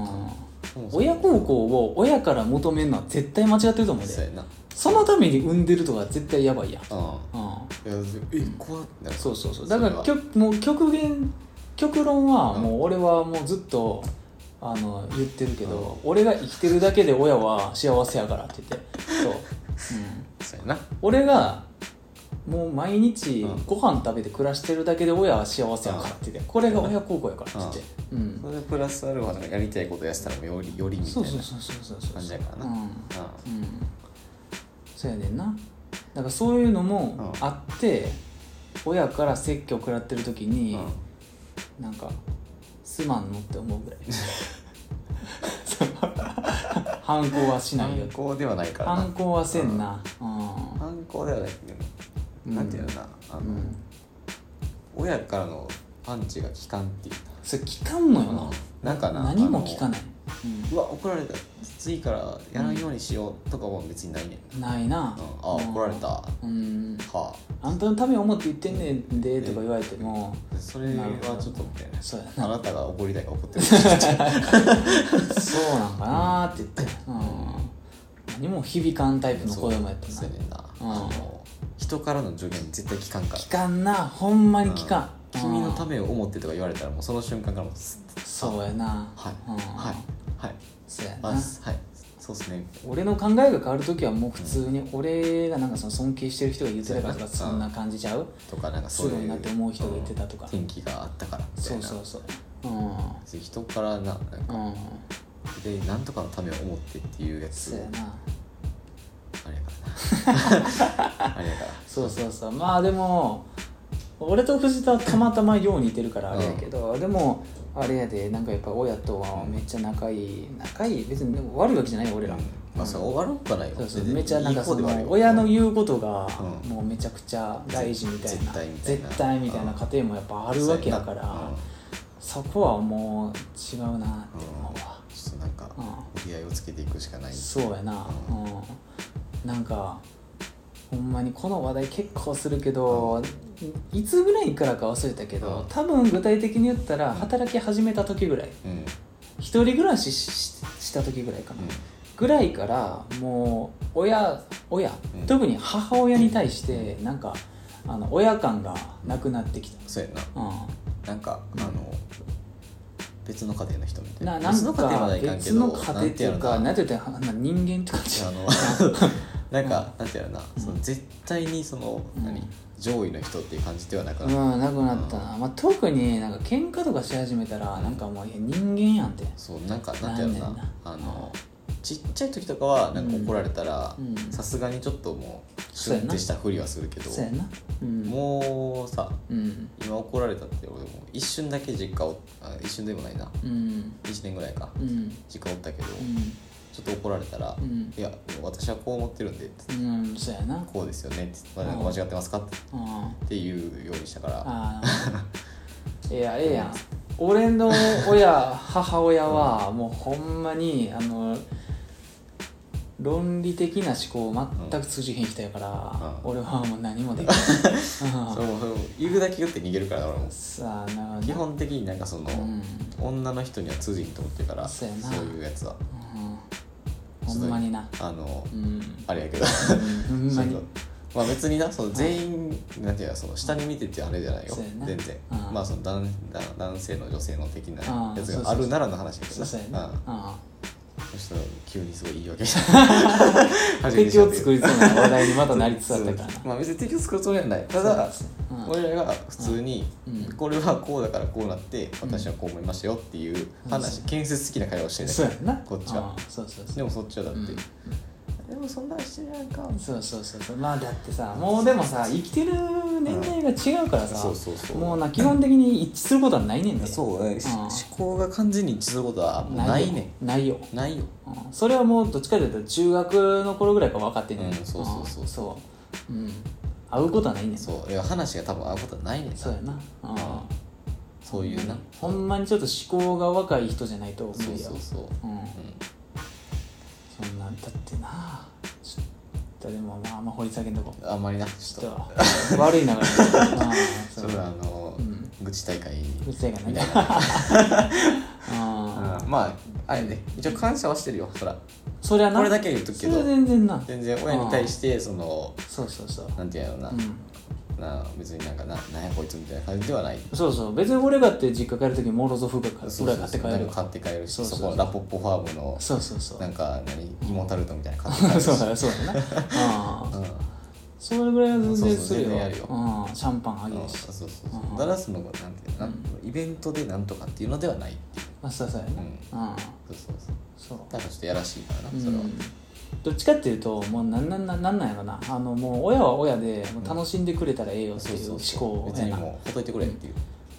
親孝行を親から求めるのは絶対間違ってると思うで。そうやな。そのために産んでるとか絶対やばいやん。うんうん、 え怖っ。 そうそうそう、だから極もう極限極論はもう俺はもうずっとあの言ってるけど、うん、俺が生きてるだけで親は幸せやからって言って、そう、うん、 そうやな。 俺がもう毎日ご飯食べて暮らしてるだけで親は幸せやからって言って、これが親孝行やからって言って、うん、 それプラスアルファなんかやりたいことやったらよりよりみたいな感じやからな。うん、うん、 そうやねんな。だからそういうのもあって、うん、親から説教食らってる時に、うん、なんかすまんのって思うぐらい反抗はしないよ。 反抗ではないからな。 反抗はせんな、うん、 反抗ではないけど、うん、なんていうのな、あの、うん、親からのパンチが効かんっていうか、 それ効かんのよな、うん、 なんかな、 何も効かない、 うん、うわ怒られたきついからやらんようにしようとかも別にないねん、 ないな、 うん、あ怒られた、うん、 はあ、あんたのためを思って言ってんねんでとか言われても、 それはちょっとみたいな、 そうやな、 あなたが怒りたいか怒ってるそうなんかなーって言って、うん、何も響かんタイプの子供やったな。 そうやねんな、うん、あの人からの助言絶対聞かんから、 聞かんな、ほんまに聞かん、 うん、君のためを思ってとか言われたらもうその瞬間からもうそうやな、 はい、うん、はいはい、 そうやな、 はい、そうっすね。 俺の考えが変わるときはもう普通に俺がなんかその尊敬してる人が言ってたからとかそんな感じちゃうとか、なんかそういうすぐになって思う人が言ってたとか、 天気があったからみたいな、 そうそうそう、うん、 人からな、なんか、うん、でなんとかのためを思ってっていうやつ、 そうやな、 あれやからなあれやからそうそうそう、まあでも俺と藤田はたまたまよう似てるからあれやけど、うん、でもあれやで、なんかやっぱ親とはめっちゃ仲いい、仲いい、別にでも悪いわけじゃないよ俺ら、うん、 まあそう悪くはないよ、 そうそう、めっちゃなんかその親の言うことがもうめちゃくちゃ大事みたいな、 うん、 絶対みたいな家庭もやっぱあるわけだから、うん、そこはもう違うなって思うわ、うん、 ちょっとなんか折り合いをつけていくしかない、 そうやな、うん、なんかほんまにこの話題結構するけど、うん、いつぐらいからか忘れたけど、うん、多分具体的に言ったら働き始めた時ぐらい、うん、一人暮らし し, した時ぐらいかな、うん、ぐらいからもう親親、うん、特に母親に対してなんかあの親感がなくなってきた、 そうやな、うん、なんかあの別の家庭の人みたいな、 な、なんか別の家庭っていうか、なんて言ったら人間って感じ、あのなんか、なんていうのな、うん、その絶対にその、うん、何上位の人っていう感じではなくなった、 うん、なくなったな、うん、まあ、特になんか喧嘩とかし始めたら、うん、なんかもう人間やんって、 そうなんかなんていうのな、あのちっちゃい時とかはなんか怒られたらさすがにちょっともうシュンってしたふりはするけど、 そうやな、 うん、もうさ、うん、今怒られたって俺も一瞬だけ実家をあ一瞬でもないな、うん、いちねんぐらいか、うん、実家おったけど、うん、ちょっと怒られたら、うん、いや私はこう思ってるんでって、 うん、そうやな、 こうですよねって、間違ってますかって、っていうようにしたから、あいやええやん、俺の親母親はもうほんまにあの論理的な思考全く通じへん人やから、うん、俺はもう何もできないそう言うだけ言って逃げるから俺もさあな基本的になんかその、うん、女の人には通じひんと思ってるからそういうやつは、 うん、ほんまになあの、うん、あれやけど、うん、ほんまにまあ別になその全員、うん、なんていうのその下に見てってあれじゃないよ全然、うん、まあその 男, 男性の女性の的なやつがあるならの話だけどな、そうそうそうそうそしたら急にすごい言い訳した敵を作りそうな話題にまたなりつつあったからなまあ別に敵を作るつもりはない、ただ、うん、俺らが普通に、うん、これはこうだからこうなって私はこう思いましたよっていう話、うん、建設的な会話をしてるそうやなこっちはそうそうそうでもそっちはだって、うん、でもそんなんしてないかそうそうそうそうまあだってさもうでもさ生きてる年代が違うからさ、うん、そうそうそうもうな基本的に一致することはないねんでそうね、うん、思考が完全に一致することはもうないねんないよないよ、 うん、それはもうどっちかというと中学の頃ぐらいから分かってんねん、うん、 そうそうそうそう、うん、会うことはないねんそういや話が多分合うことはないねんなそうやな、うん、 そういうなほんまにちょっと思考が若い人じゃないと無理やそうそうそう、うんうん、 そんなんだってなちょっとでもまああんま掘り下げんとこあんまりなちょっと悪い流れまあそれはあの、うん、愚痴大会愚痴大会みたいなあ、うん、まああれね一応感謝はしてるよそらそりゃなこれだけ言うとくけどそれ全然な全然親に対してそのそうそうそうなんていうのな、うんな別になんかななんやこいつみたいな感じではないそうそう別に俺がって実家帰る時にモロゾフが俺買って帰る買って帰るしそうそうそうそこラポッポファームのそうそうそうなんか何芋タルトみたいな買って帰るしそうだそうだなあ、うん、それぐらいは全然するよ、 やるよ、 うん、シャンパンあげるし、 うん、そうそうそうだからそのなんていうの、うん、イベントでなんとかっていうのではないっていうあそうそうやね、うん、うん、 そうそうそうそうだからちょっとやらしいからなそれは、うんどっちかっていうともうなんなんなんなんなんやろなあのもう親は親でもう楽しんでくれたらええよっていう思考別にもうほっといてくれっていう、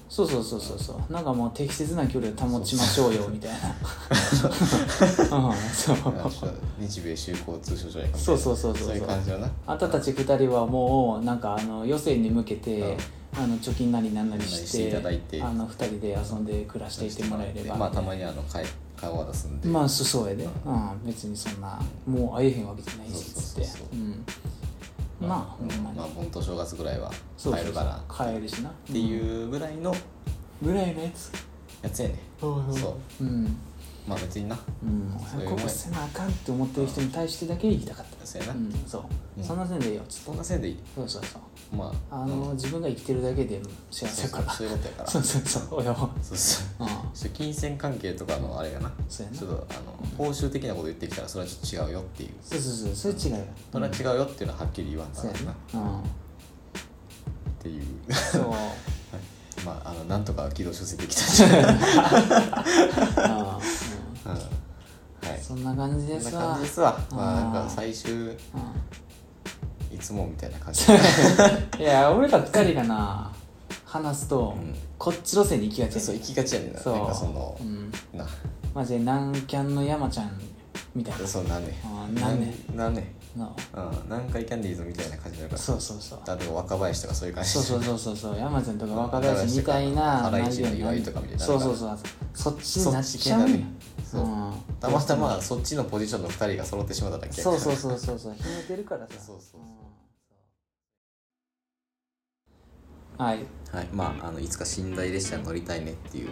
そうそうそうそうそうなんかもう適切な距離を保ちましょうよみたいなうんそう日米修好通商条約そうそうそうそうそういう感じよなあんたたちふたりはもうなんかあの予選に向けて、うんあの貯金なりなんなりしてしていただいてあのふたりで遊んで暮らしていってもらえればまあたまにあの買い顔は出すんでまあそうやで、うん、別にそんなもう会えへんわけじゃないしつってまあほんまにまあ盆と正月ぐらいは買えるかな買えるしなっていうぐらいのぐらいのやつやつやねそううんまあ別になうんここせなあかんって思ってる人に対してだけ言いたかったそうやなそうそんなせんでいいよそんなせんでいいそうそうそうまあ、 あの、うん、自分が生きてるだけで幸せやからそういうことやからそうそうそう親はそうそう、うん、金銭関係とかのあれがなそうやなちょっとあの報酬的なこと言ってきたらそれはちょっと違うよっていうそうそうそうそれ違うよそれは違うよっていうのははっきり言わんからな、うん、っていうそうまああのなんとか軌道修正できたんじゃないあ、うんうん、はい、そんな感じですわそんな感じですわまあなんか最終、うんいつもみたいな感じいや俺らふたりがな話すと、うん、こっち路線に行きがちやねんそう行きがちやねんなそうなんかその、うん、 なマジで南キャンの山ちゃんみたいなそうなんねなんねなんねうん南海キャンディーズみたいな感じになるからそうそうそう例えば若林とかそういう感じそうそうそうそうそう山ちゃんとか若林みたいなハライチの岩井とかみたいなそうそうそうそっちになっちゃうねそう、うん、たまたまそっちのポジションのふたりが揃ってしまっただけそうそうそうそうそうひねてるからさそうそうそう、うん、はい、 はい、まああのいつか寝台列車に乗りたいねっていう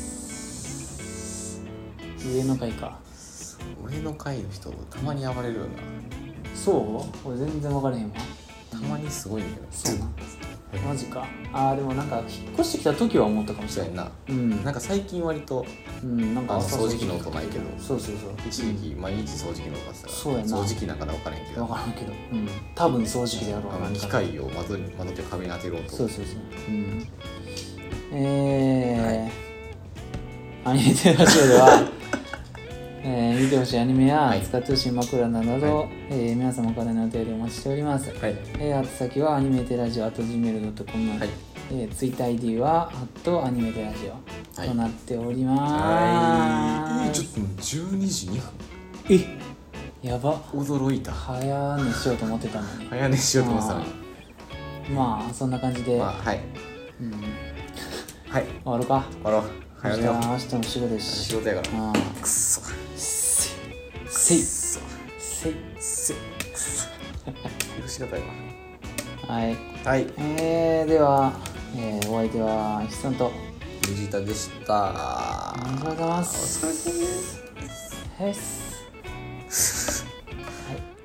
上の階か上の階の人たまに暴れるよなそう俺全然分からへんわたまにすごいんだけどそうなんマジかあーでもなんか引っ越してきた時は思ったかもしれないな、うん、なんか最近割と、うん、なんか掃除機の音ないけどそうそうそう一時期毎日掃除機の音がしたらそうやな掃除機なんかで分からへんけど分からんけど、うん、多分掃除機でやろうあの機械を窓に窓と壁に当てろとそうそうそう、うん、えー、はい、アニメテラジオではえー、見てほしいアニメや、はい、使ってほしい枕など、はいえー、皆様からのお便りをお待ちしております、はいえー、あと先はアニメテラジオ アットジーメールドットコム、はいえー、ツイッター アイディー はアットアニメテラジオとなっております、 はい、ちょっとじゅうにじにふんえやば驚いた早寝しようと思ってたのに早寝しようと思ってたのにまあそんな感じで、まあ、 はい、うん、はい終わろうか終わろう早寝よう明日も仕事ですし仕事やからあくっそせいせいせい許しがたいわはいはい、 えー、では、えー、お相手は岸さんと藤田でしたありがとうございますお疲れ様ですはい